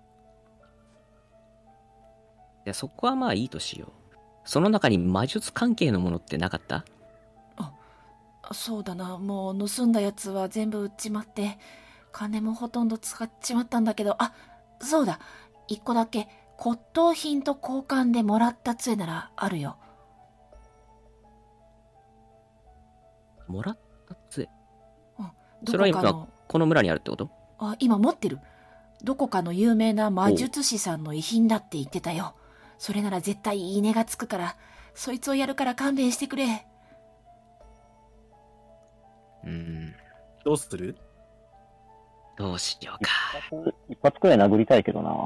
や、そこはまあいいとしよう。その中に魔術関係のものってなかった？ そうだな、もう盗んだやつは全部売っちまって金もほとんど使っちまったんだけど、あ、そうだ、一個だけ骨董品と交換でもらった杖ならあるよ。 もらった杖？ どそれは今こかのこの村にあるってこと？ あ、今持ってる。どこかの有名な魔術師さんの遺品だって言ってたよ。それなら絶対いいねがつくから、そいつをやるから勘弁してくれ。 うーん、 どうする？ どうしようか。 一発くらい殴りたいけどな。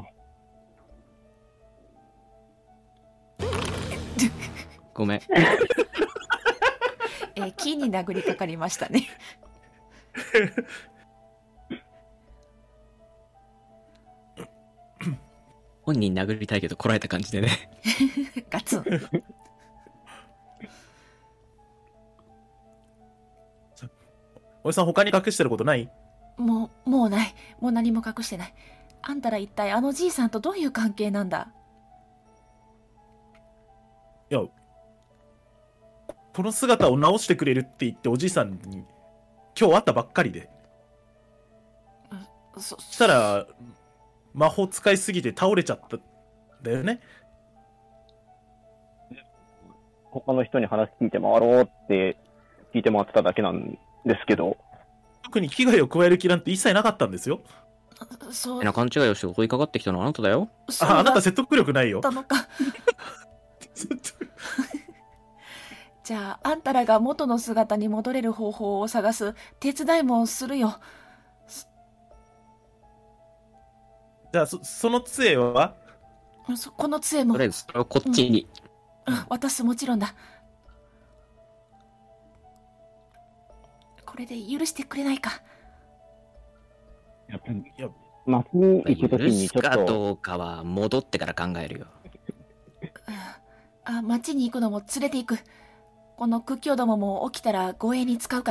ごめん。 えー、木に殴りかかりましたね。 本人殴りたいけどこらえた感じでね。 ガツン。 おじさん他に隠してることない？ もう、もうない。もう何も隠してない。あんたら一体あのじいさんとどういう関係なんだ？ いや、この姿を直してくれるって言っておじいさんに今日会ったばっかりで。 そそしたら魔法使いすぎて倒れちゃったんだよね。 他の人に話聞いて回ろうって聞いて回ってただけなんですけど。 特に危害を加える気なんて一切なかったんですよ。 そう変な勘違いをして襲いかかってきたのはあなただよ。 そうあ、あなだった説得力ないよ。 たのか。じゃああんたらが元の姿に戻れる方法を探す手伝いもするよ。 じゃあ そ, その杖は？ そこの杖もとりあえずそれをこっちに。 うん渡す。もちろんだ。これで許してくれないか？ やっぱり、 いや、 街に行くとき許すかにちょっと、 どうかは戻ってから考えるよ。 あ、町に行くのも連れて行く。この屈強どもも起きたら護衛に使うから。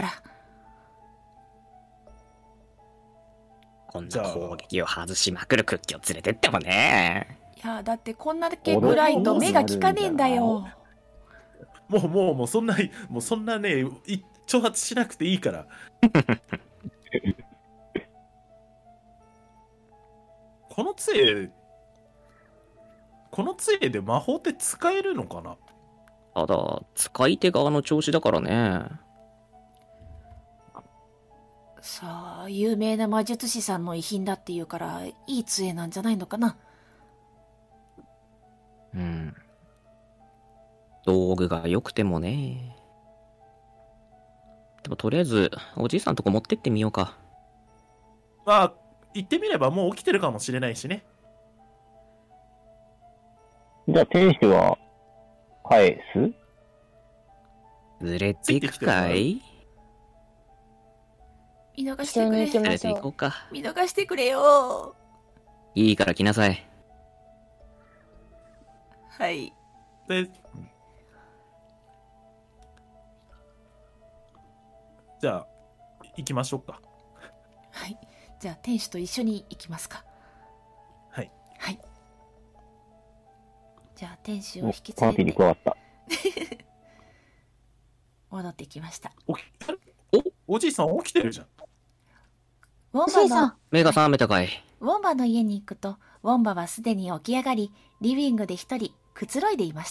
こんじゃあな攻撃を外しまくるクッキーを連れてってもね。 いや、だってこんなだけ暗いと目が利かねえんだよ。 もうもうもうそんなもうそんなねい挑発しなくていいから。この杖この杖で魔法って使えるのかな？ ただ、使い手側の調子だからね。 さあ、有名な魔術師さんの遺品だっていうからいい杖なんじゃないのかな。 うん。道具が良くてもね。でもとりあえず、おじいさんとこ持ってってみようか。 まあ言ってみればもう起きてるかもしれないしね。 じゃあ天使は返す？ 連れて行くかい？ 見逃してくれ。 一緒に行きま連れて行こうか。 見逃してくれよ。 いいから来なさい。 はい。 でじゃあ行きましょうか。 はい。じゃあ天使と一緒に行きますか。 はいはい。じゃあ天使をお引きパーティー連れてに加わった。 戻ってきました。 おおおじいさん起きてるじゃん。 ウォンおじいさんバの、 目が覚めたかい？ ウォンバの家に行くと、ウォンバはすでに起き上がり、リビングで一人くつろいでいました。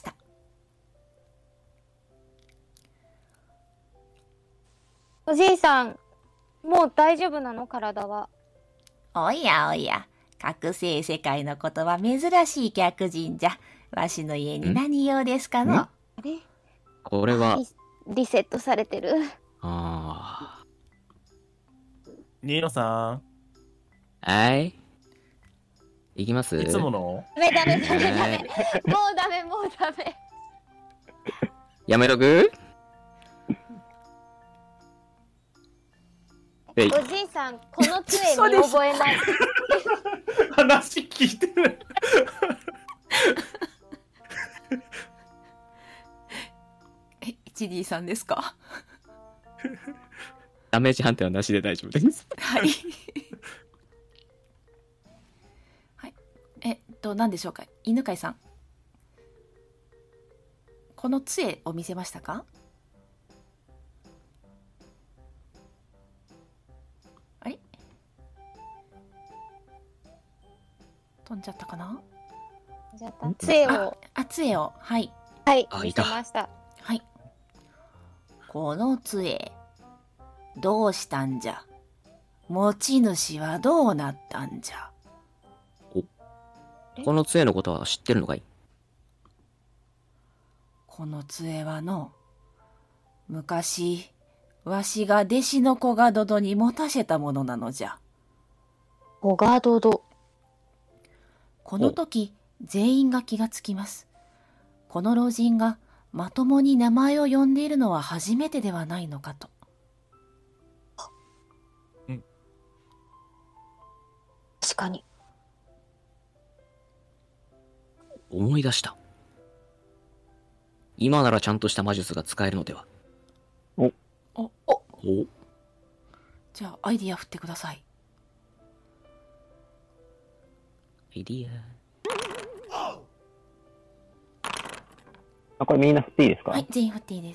おじいさん、もう大丈夫なの？体は。 おやおや、覚醒世界のことは珍しい客人じゃ。わしの家に何用ですかの？ あれこれは、 リリセットされてる。 あニーノさんあ。はい行きます？ いつものダメダメダメダはメ。もうダメもうダメ。 やめとく？えい。 おじいさん、この杖に覚えない。 話聞いてる。 ディさんですか？ ダメージ判定はなしで大丈夫です。 はいはい。えっと何でしょうか、犬飼さん、この杖を見せましたか？あれ、飛んじゃったかな。 じゃあ杖あをあ杖を、はいはい見あいたせました。 はい。この杖どうしたんじゃ。持ち主はどうなったんじゃ。 この杖のことは知ってるのかい？ この杖はの、昔わしが弟子の子がどどに持たせたものなのじゃ。 小ガドド。 この時全員が気がつきます。この老人がまともに名前を呼んでいるのは初めてではないのかと。 確かに。 思い出した。今ならちゃんとした魔術が使えるのでは。 おおおじゃあアイディア振ってください。 アイディア。 あ、これみんな振っていいですか？ はい、全員振っていいです。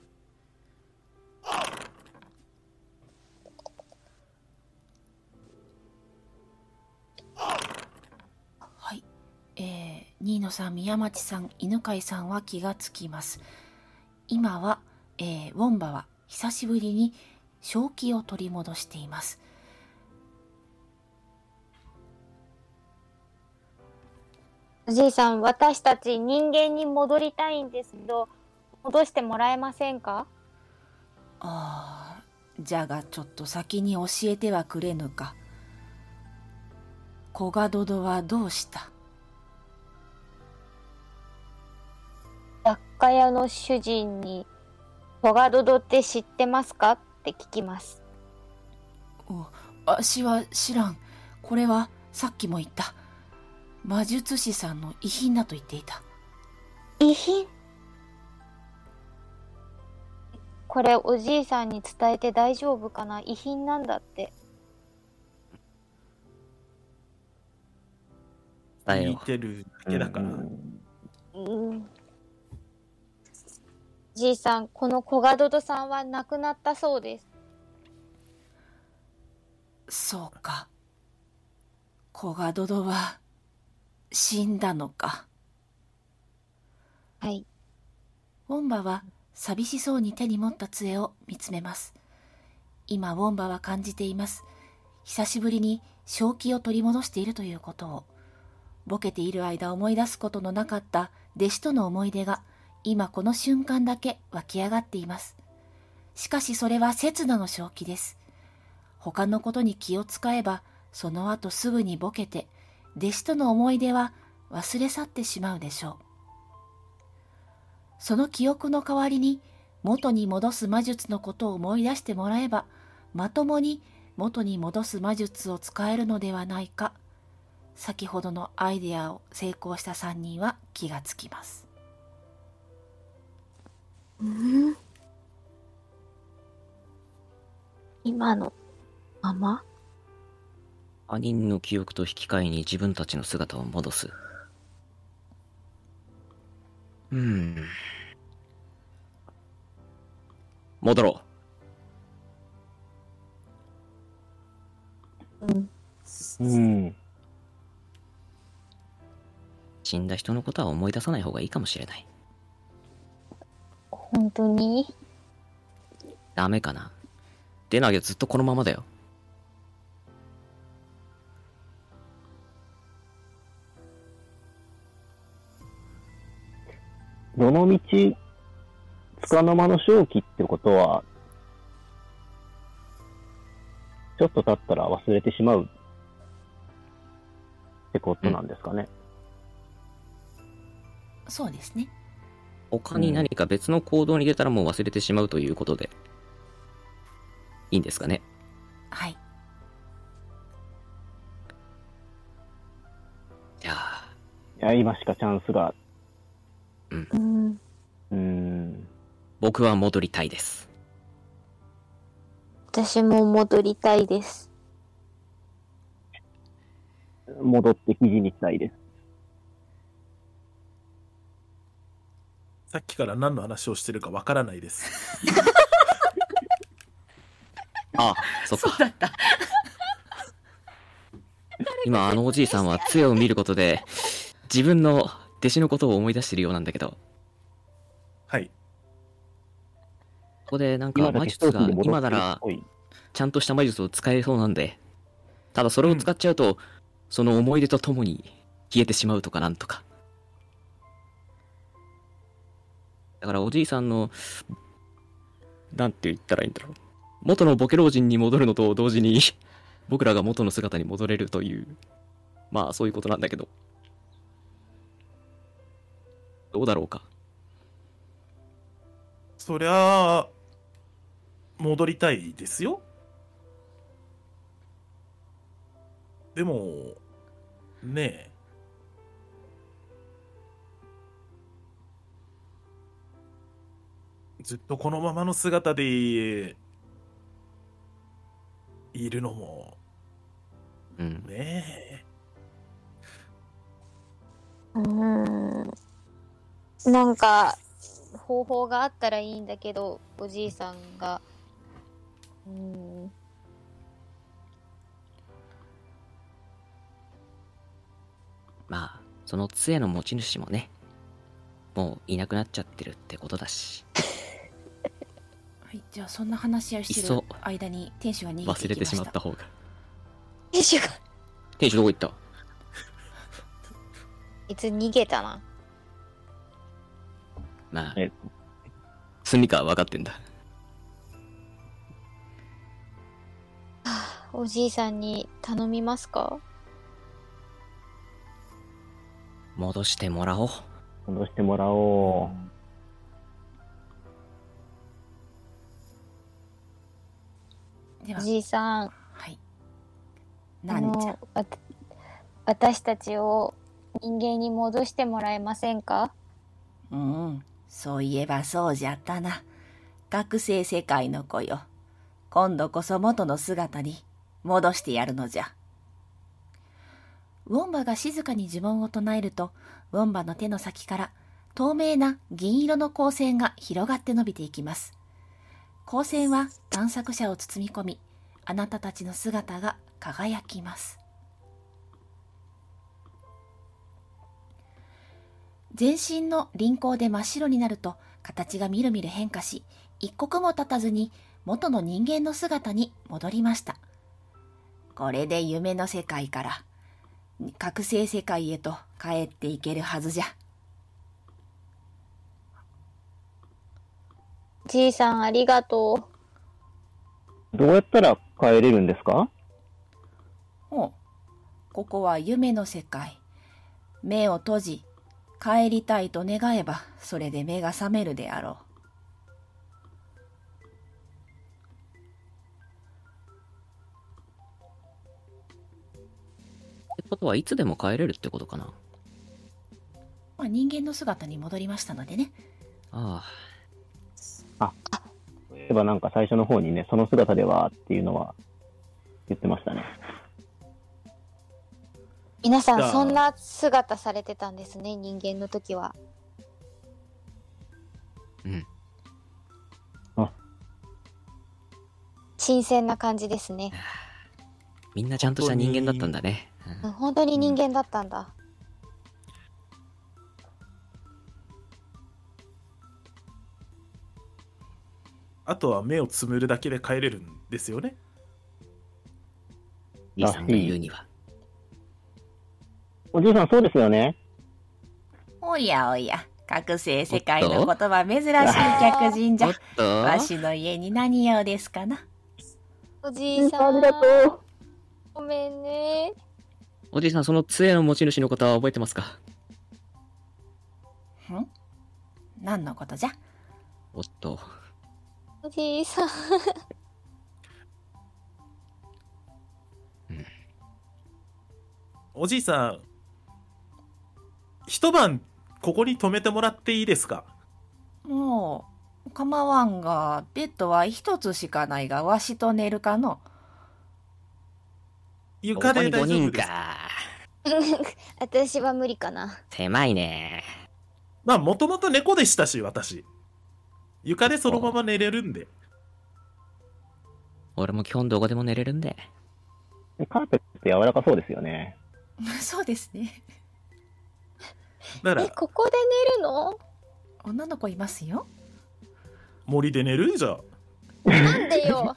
はい、えー、新野さん、宮町さん、犬飼さんは気がつきます。今は、えー、ウォンバは久しぶりに正気を取り戻しています。 おじいさん、私たち人間に戻りたいんですけど、戻してもらえませんか？ ああ、じゃがちょっと先に教えてはくれぬか。コガドドはどうした？ 雑貨屋の主人に、コガドドって知ってますかって聞きます。 お、あしは知らん。これはさっきも言った。魔術師さんの遺品だと言っていた。 遺品？これおじいさんに伝えて大丈夫かな？遺品なんだって。 伝えよ聞いてるだけだから。 うん。じいさん、このコガドドさんは亡くなったそうです。 そうか。コガドドは死んだのか。 はい。 ウォンバは寂しそうに手に持った杖を見つめます。今ウォンバは感じています。久しぶりに正気を取り戻しているということを。ボケている間思い出すことのなかった弟子との思い出が今この瞬間だけ湧き上がっています。しかしそれは刹那の正気です。他のことに気を使えばその後すぐにボケて弟子との思い出は忘れ去ってしまうでしょう。その記憶の代わりに元に戻す魔術のことを思い出してもらえばまともに元に戻す魔術を使えるのではないか。先ほどのアイデアを成功したさんにんは気がつきます。 うん、今のまま？ 他人の記憶と引き換えに自分たちの姿を戻す。うーん。戻ろうん。 うん。 死んだ人のことは思い出さない方がいいかもしれない。 本当に？ ダメかな。でなきゃずっとこのままだよ。 どの道、つかの間の正気ってことは、ちょっと経ったら忘れてしまうってことなんですかね。 うん、そうですね。 他に何か別の行動に出たらもう忘れてしまうということで、いいんですかね。 はい。 じゃあ。 いや、今しかチャンスが。 うん。 うん。 うーん。 僕は戻りたいです。 私も戻りたいです。 戻って記事にしたいです。 さっきから何の話をしてるかわからないです。 あ、そっか。 そうだった。 今あのおじいさんは杖を見ることで自分の弟子のことを思い出してるようなんだけど、 はい。 ここでなんか魔術が今ならおいちゃんとした魔術を使えそうなんで、ただそれを使っちゃうと、その思い出とともに消えてしまうとかなんとか。だからおじいさんのなんて言ったらいいんだろう、元のボケ老人に戻るのと同時に僕らが元の姿に戻れるという、まあそういうことなんだけど、どうだろうか。 そりゃあ戻りたいですよ。でもねえ、ずっとこのままの姿でいるのもうん。 ねうーん。なんか方法があったらいいんだけど、おじいさんがうーんまあその杖の持ち主もね、もういなくなっちゃってるってことだし、 はい、じゃあそんな話し合いしてる間に店主が逃げていきました。 忘れてしまった方が。 店主が店主どこ行った？ いつ逃げたな。 まあえ住みかは分かってんだ。 おじいさんに頼みますか？ 戻してもらおう。 戻してもらおでは、 おじいさん、 はい。 あなんじゃ。 のわた私たちを人間に戻してもらえませんか？ うん、そういえばそうじゃったな。覚醒世界の子よ。今度こそ元の姿に戻してやるのじゃ。ウォンバが静かに呪文を唱えると、ウォンバの手の先から透明な銀色の光線が広がって伸びていきます。光線は探索者を包み込み、あなたたちの姿が輝きます。全身の輪廓で真っ白になると、形がみるみる変化し、一刻も経たずに元の人間の姿に戻りました。これで夢の世界から覚醒世界へと帰っていけるはずじゃ。 じいさんありがとう。どうやったら帰れるんですか？ ほう、ここは夢の世界。目を閉じ、帰りたいと願えば、それで目が覚めるであろう。 ってことはいつでも帰れるってことかな。 まあ、人間の姿に戻りましたのでね。 あそういえばなんか最初の方にね、その姿ではっていうのは言ってましたね。 う。皆さじゃあんそんな姿されてたんですね、人間の時は。 うん。 新鮮な感じですね。 みんなちゃんとした人間だったんだね。 うん、本当に人間だったんだ。 あとは目をつむるだけで帰れるんですよね。 兄さんが言うには。 おじいさんそうですよね。 おやおや、覚醒世界の言葉珍しい客人じゃ。 おっとわしの家に何用ですかな。 おじいさん、 ありがとう。 ごめんね。 おじいさん、その杖の持ち主の方は覚えてますか？ ん？何のことじゃ？ おっと。 おじいさん。 おじいさん、一晩ここに泊めてもらっていいですか？ も構わんが、ベッドは一つしかないが、わしと寝るかの。 床で大丈夫です。 ここにごにんか。 私は無理かな。 狭いね。 まあ、もともと猫でしたし、私。床でそのまま寝れるんで。 俺も基本どこでも寝れるんで。 カーペット柔らかそうですよね。 そうですね。 え、 だから、 ここで寝るの？ 女の子いますよ。 森で寝るじゃあ。 なんでよ。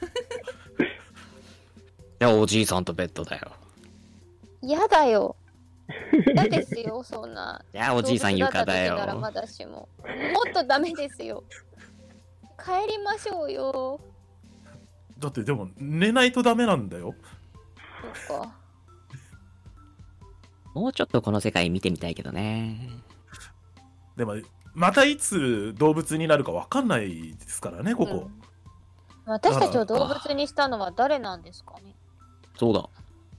じゃあおじいさんとベッドだよ。 やだよ。嫌ですよ、そんな。 じゃあおじいさん床だよ。 動物った時ならまだしも。もっとダメですよ。帰りましょうよ。 だってでも、寝ないとダメなんだよ。 そっか。 もうちょっとこの世界見てみたいけどね。 でも、またいつ動物になるか分かんないですからね、ここ。 うん私たちを動物にしたのは誰なんですかね。 そうだ。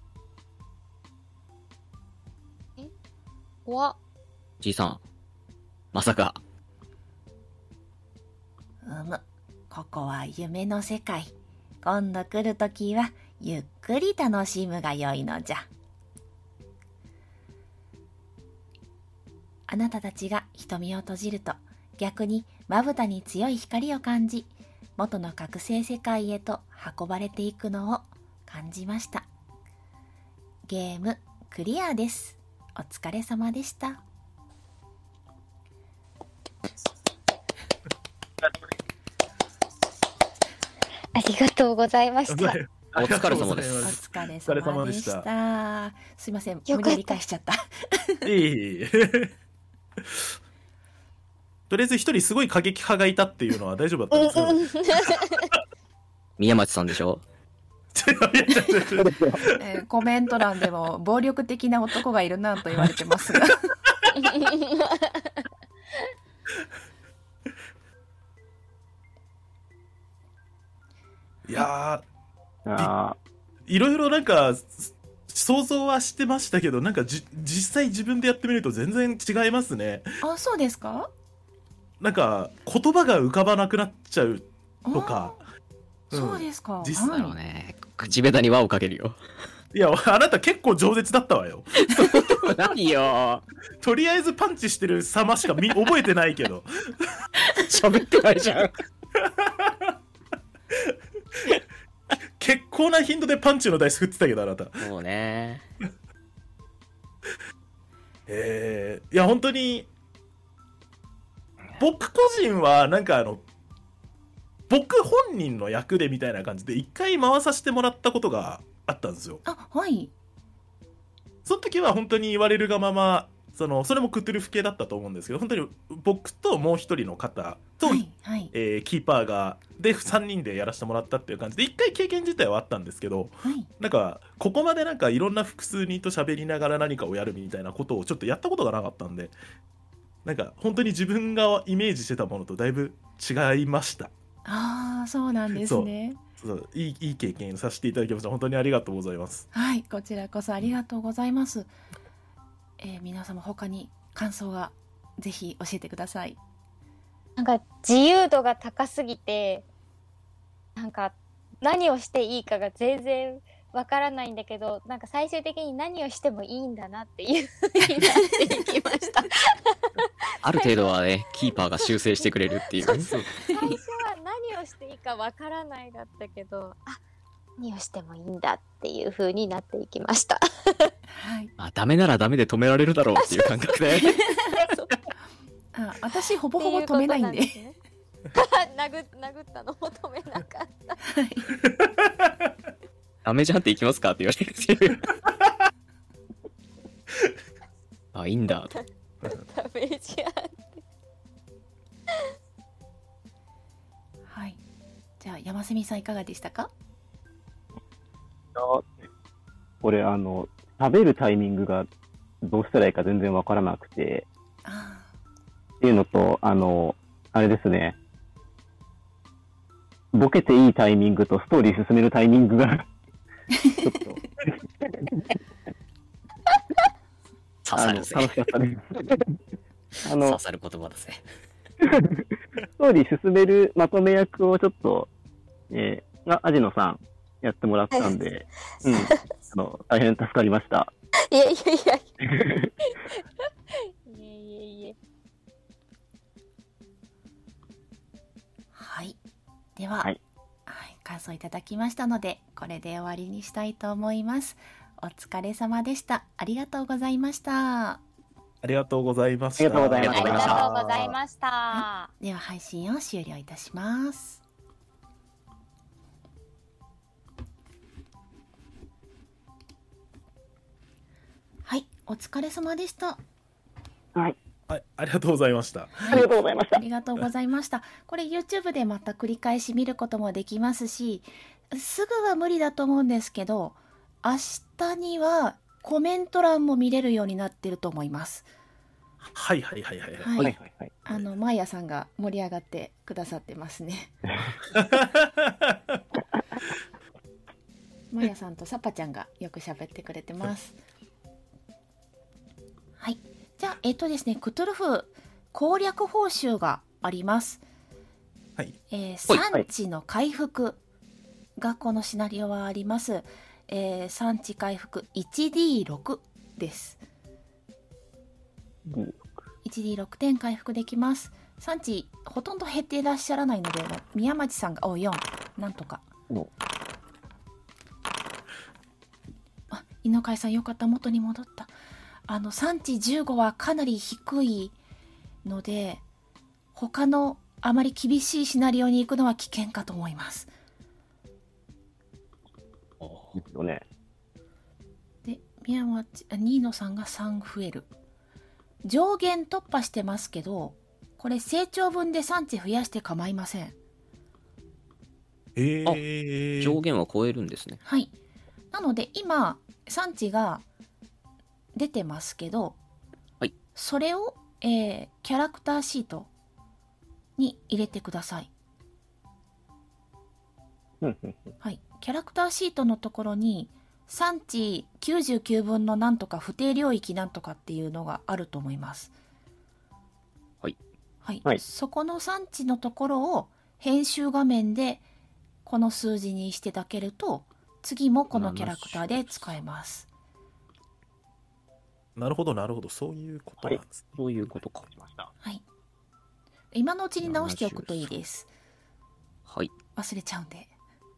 怖っ。 じいさん。まさか。 うむ、ここは夢の世界。今度来るときは、ゆっくり楽しむがよいのじゃ。あなたたちが瞳を閉じると、逆にまぶたに強い光を感じ、元の覚醒世界へと運ばれていくのを感じました。ゲームクリアです。お疲れ様でした。 ありがとうございました。 お疲れ様でおす。 疲れ様でし。 お疲れ様でしたすいません、 よかった無理やり返しちゃった。 いえいえいえ。とりあえず一人すごい過激派がいたっていうのは大丈夫だったんですよ。 宮町さんでしょ。 えーコメント欄でも暴力的な男がいるなと言われてますが。 いやあー、いろいろなんか、想像はしてましたけど、なんかじ実際自分でやってみると全然違いますね。 あ、そうですか？ なんか、言葉が浮かばなくなっちゃうとか。 あーそうですか。 実だろうね。口下手に輪をかけるよ。 いや、あなた結構饒舌だったわよ。 何よ。 とりあえずパンチしてる様しか見覚えてないけど。 喋ってないじゃん。 結構な頻度でパンチのダイス振ってたけど、あなた。 もうね。 えー、いや、本当に、僕個人は、なんかあの、僕本人の役でみたいな感じで、一回回させてもらったことがあったんですよ。 あ、はい。 その時は本当に言われるがまま、その、それもクトゥルフ系だったと思うんですけど、本当に僕ともう一人の方と、 はい、はい、 えーキーパーが、で、さんにんでやらせてもらったっていう感じで、一回経験自体はあったんですけど、 はい。 なんか、ここまでなんかいろんな複数人と喋りながら何かをやるみたいなことをちょっとやったことがなかったんで、なんか本当に自分がイメージしてたものとだいぶ違いました。 ああ、そうなんですね。 そういいいい経験させていただきました。本当にありがとうございます。 はい、こちらこそありがとうございます。えー皆様他に感想がぜひ教えてください。 なんか自由度が高すぎて、なんか何をしていいかが全然わからないんだけど、なんか最終的に何をしてもいいんだなっていう風になっていきました。 ある程度はね、キーパーが修正してくれるっていう。 そう最初は何をしていいかわからないだったけど、あ、何をしてもいいんだっていう風になっていきました。 はい。 あ、ダメならダメで止められるだろうっていう感覚で。 あ、私ほぼほぼ止めないんで。 っていうことなんですね。殴殴ったのも止めなかった。 ダメじゃんっていきますかって言われるっていう。あ、いいんだと。 ダメじゃん。 はい。じゃあ山蝉さんいかがでしたか？ これ、あの、喋るタイミングがどうしたらいいか全然わからなくて、 あっていうのと、あの、あれですね、ボケていいタイミングとストーリー進めるタイミングが、ちょっと、 刺さるぜ。 あの楽しかったです。あの刺、さる言葉ですね。 ストーリー進めるまとめ役をちょっと、えー、が、アジノさんやってもらったんで、うん、あの、大変助かりました。 いやいやいやいえいえいえ。 はい。では、 はいはい、感想いただきましたので、これで終わりにしたいと思います。お疲れ様でした。ありがとうございました。 ありがとうございました。 ありがとうございまありしたがとうございました。 はい、では配信を終了いたします。はい、お疲れ様でした。 はい。 はい、ありがとうございました。 ありがとうございました。 ありがとうございました。これ YouTube でまた繰り返し見ることもできますし、すぐは無理だと思うんですけど、明日にはコメント欄も見れるようになってると思います。 はいはいはいはい。 はい。 はいはいはい。 あの、マーヤさんが盛り上がってくださってますね。マーヤさんとサパちゃんがよく喋ってくれてます。はい。じゃあ、えっとですね、クトゥルフ攻略報酬があります。 はい。 えー、産地の回復がこのシナリオはあります。えー、産地回復 いちディーろく です。いちディーろく 点回復できます。産地ほとんど減っていらっしゃらないので、宮町さんがおよん、なんとか。あ、井の会さんよかった、元に戻った。あの産地じゅうごはかなり低いので、他のあまり厳しいシナリオに行くのは危険かと思います。 ですよね。 で、宮町、ニーノさんがさん増える。上限突破してますけど、これ成長分で産地増やして構いません。 えー、 上限は超えるんですね。 はい。なので今産地が出てますけど、 はい、 それを、えー、キャラクターシートに入れてください。はい、キャラクターシートのところに産地きゅうじゅうきゅうぶんのなんとか不定領域なんとかっていうのがあると思います。 はい、 はいはい、 そこの産地のところを編集画面でこの数字にしていただけると、次もこのキャラクターで使えます。 なるほどなるほど、そういうことなんです、ね。 そういうことか。 はい。今のうちに直しておくといいです。 はい。 忘れちゃうんで。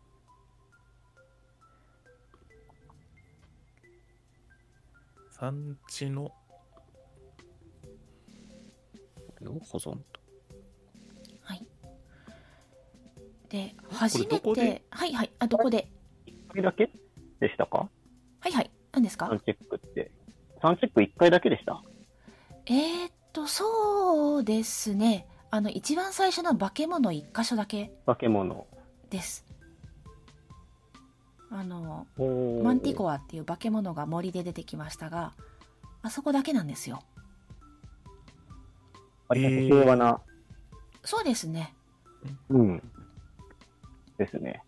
産地の保存と。 はい。で、初めて、はいはい、あ、どこでいっかいだけでしたか？ はいはい、何ですか？ サンチェックって。サンチェックいっかいだけでした？ えー、っと、そうですね。あの、一番最初の化け物いっ箇所だけ。 化け物。 です。あの、マンティコアっていう化け物が森で出てきましたが、あそこだけなんですよ。 あれ、平和な。 そうですね。 うん。ですね。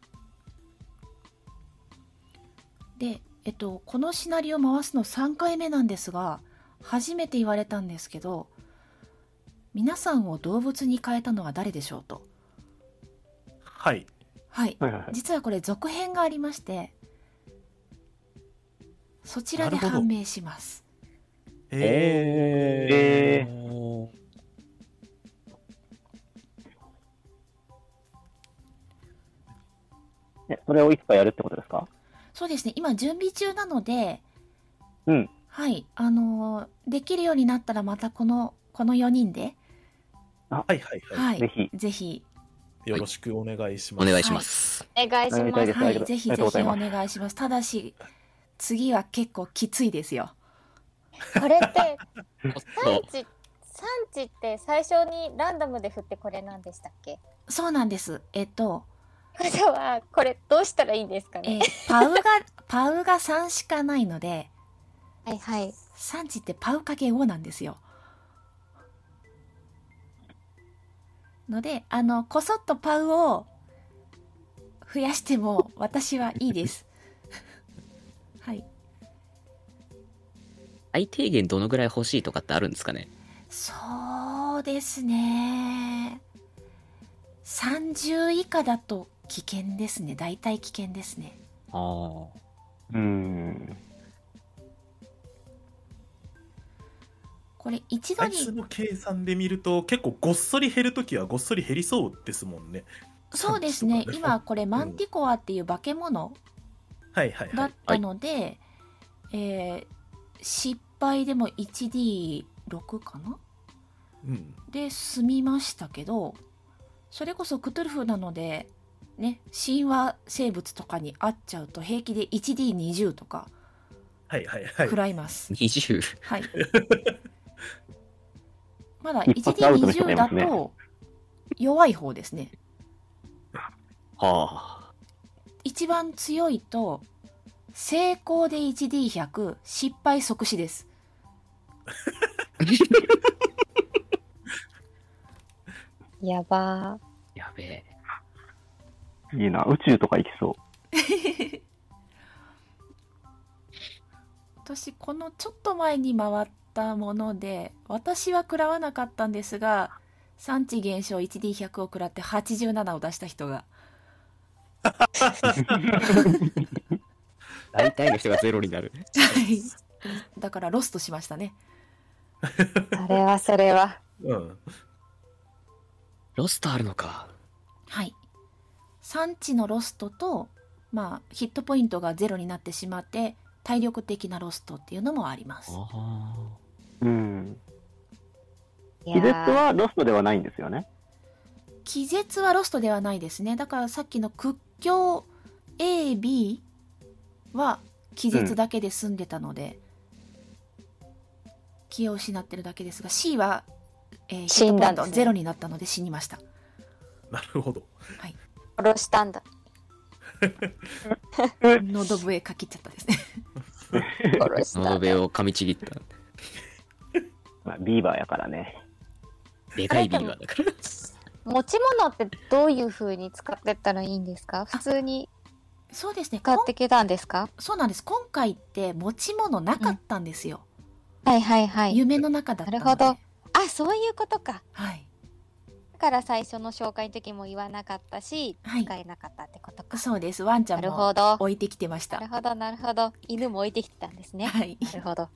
で、えっと、このシナリオ回すのさんかいめなんですが、初めて言われたんですけど、皆さんを動物に変えたのは誰でしょうと。 はい。 はい。 はいはいはい、 実はこれ続編がありまして、そちらで判明します。 えー、えー、それをいつかやるってことですか？ そうですね。今準備中なので、 うん。 はい。あのー、できるようになったらまたこの、このよにんで、 あ、はいはいはい。 はい。 ぜひ。 ぜひ。 よろしくお願いします。 お願いします。 お願いします。 はい。ぜひぜひお願いします。ただし、次は結構きついですよ。 これって産地産地って最初にランダムで振ってこれなんでしたっけ？ そうなんです。えっとじゃあこれどうしたらいいんですかね？ えー、パウがパウがさんしかないので、 はいはい。 産地ってパウかけごなんですよ。ので、あのこそっとパウを増やしても私はいいです。はい。 最低限どのぐらい欲しいとかってあるんですかね？ そうですね。 さんじゅう以下だと危険ですね。大体危険ですね。 ああ。 うーん。 これ一度サイズに、 の計算で見ると結構ごっそり減るときはごっそり減りそうですもんね。 そうですね。 産地とかでも今これマンティコアっていう化け物はいはいはい。 だったので、えー失敗でも ワンディーシックス かなうん。 で済みましたけど、それこそクトゥルフなのでね、神話生物とかに会っちゃうと平気で ワンディーにじゅう とかはいはいはい。 食らいます。 にじゅう。 はい。まだ ワンディ一発アウトのーにじゅうだ人がいますねと弱い方ですね。 はあ。 一番強いと成功で ワンディーひゃく、失敗即死です。 やばやべえ。 いいな。宇宙とか行きそう。 私このちょっと前に回ったもので私は食らわなかったんですが、産地減少 ワンディーひゃく を食らってはちじゅうななを出した人が大体の人がゼロになる。 はいだからロストしましたね。 ー。あれはそれは。 うん。 ロストあるのか。 はい。産地のロストと、まあ、ヒットポイントがゼロになってしまって体力的なロストっていうのもあります。 ああ。 うん。 いや気絶ーはロストではないんですよね。 気絶はロストではないですね。だからさっきの屈強 エービー は気絶だけで済んでたので、気を失ってるだけですが C は、えー、ヒットポイン死んだんですねトゼロになったので死にました。 なるほど。 はい。 殺したんだ。 喉笛かきっちゃったですね。 殺したんだ。 喉笛を噛みちぎった。 まあ、ビーバーやからね。 でかいビーバーだから。 持ち物ってどういう風に使ってったらいいんですか？普通にそうですね。 使ってきたんですか？ そうなんです。今回って持ち物なかったんですよ。 はいはいはい。 夢の中だったので。 なるほど。あ、そういうことか。 はい。 だから最初の紹介の時も言わなかったし、 はい使えなかったってことか。 そうです。ワンちゃなんるもほど。 置いてきてました。 なるほどなるほど。犬も置いてきてたんですね。 はい。 なるほど。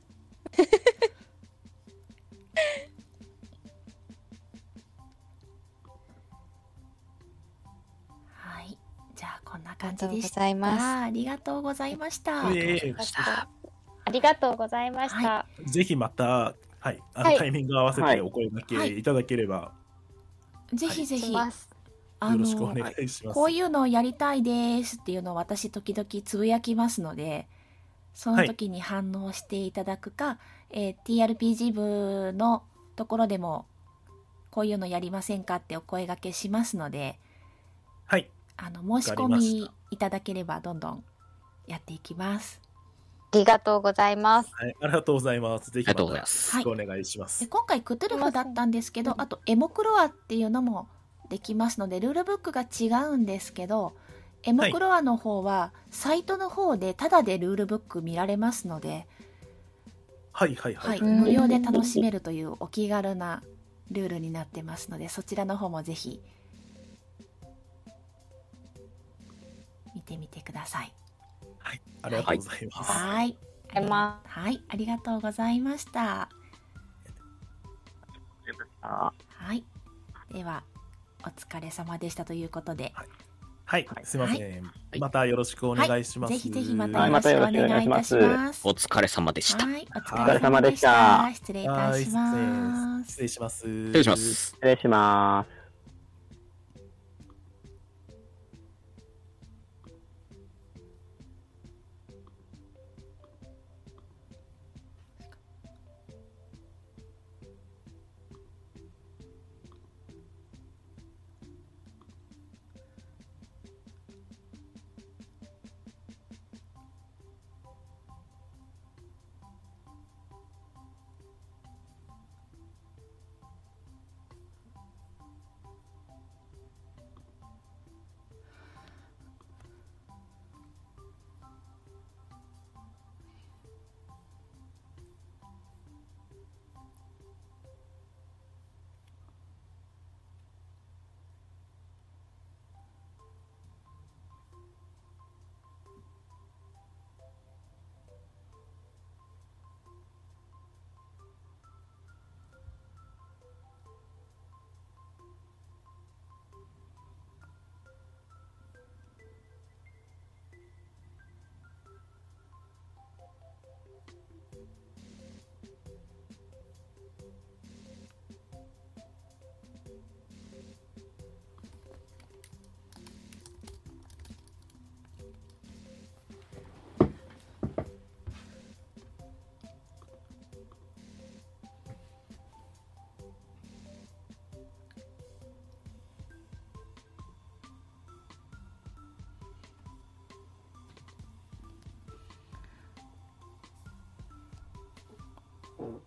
はい。じゃあこんな感ありがとうごじでした。 ざいます。 ありがとうございました。 ええましたありがとうございました。 はぜひまた、はい、あのはいタイミング合わせはいてお声掛けいただければ、 ぜひぜひ、 します。 あよろしくおの願いします。 こういうのをやりたいですっていうのを私時々つぶやきますので、その時に反応していただくか、えー ティーアールピージー 部のところでもこういうのやりませんかってお声掛けしますので、 はい、 あの申し込わかりましみいただければどんどんやっていきます。 ありがとうございます。 はい、ありがとうございます。ぜひありがとうごまたよざいます。 ろしくお願いします。 で今回クトゥルフだったんですけど、あとエモクロアっていうのもできますので、ルールブックが違うんですけど、エモクロアの方はサイトの方でタダでルールブック見られますので、 はいはいは。 はいい、 うん無料で楽しめるというお気軽なルールになってますので、そちらの方もぜひ見てみてください。 はい、ありがとうございます。 はい、 ありがとうございまはい、ありがとうございました。 あはい、ではお疲れ様でしたということで、 はい、すいません。 いまたよろしくお願いします。 ぜひぜひまたはいよろしくお願いいたします。 お疲れ様でした。 はい、おお疲れ様でした。 はい失礼いたします。 失礼します。 失礼します。 失礼します。 こ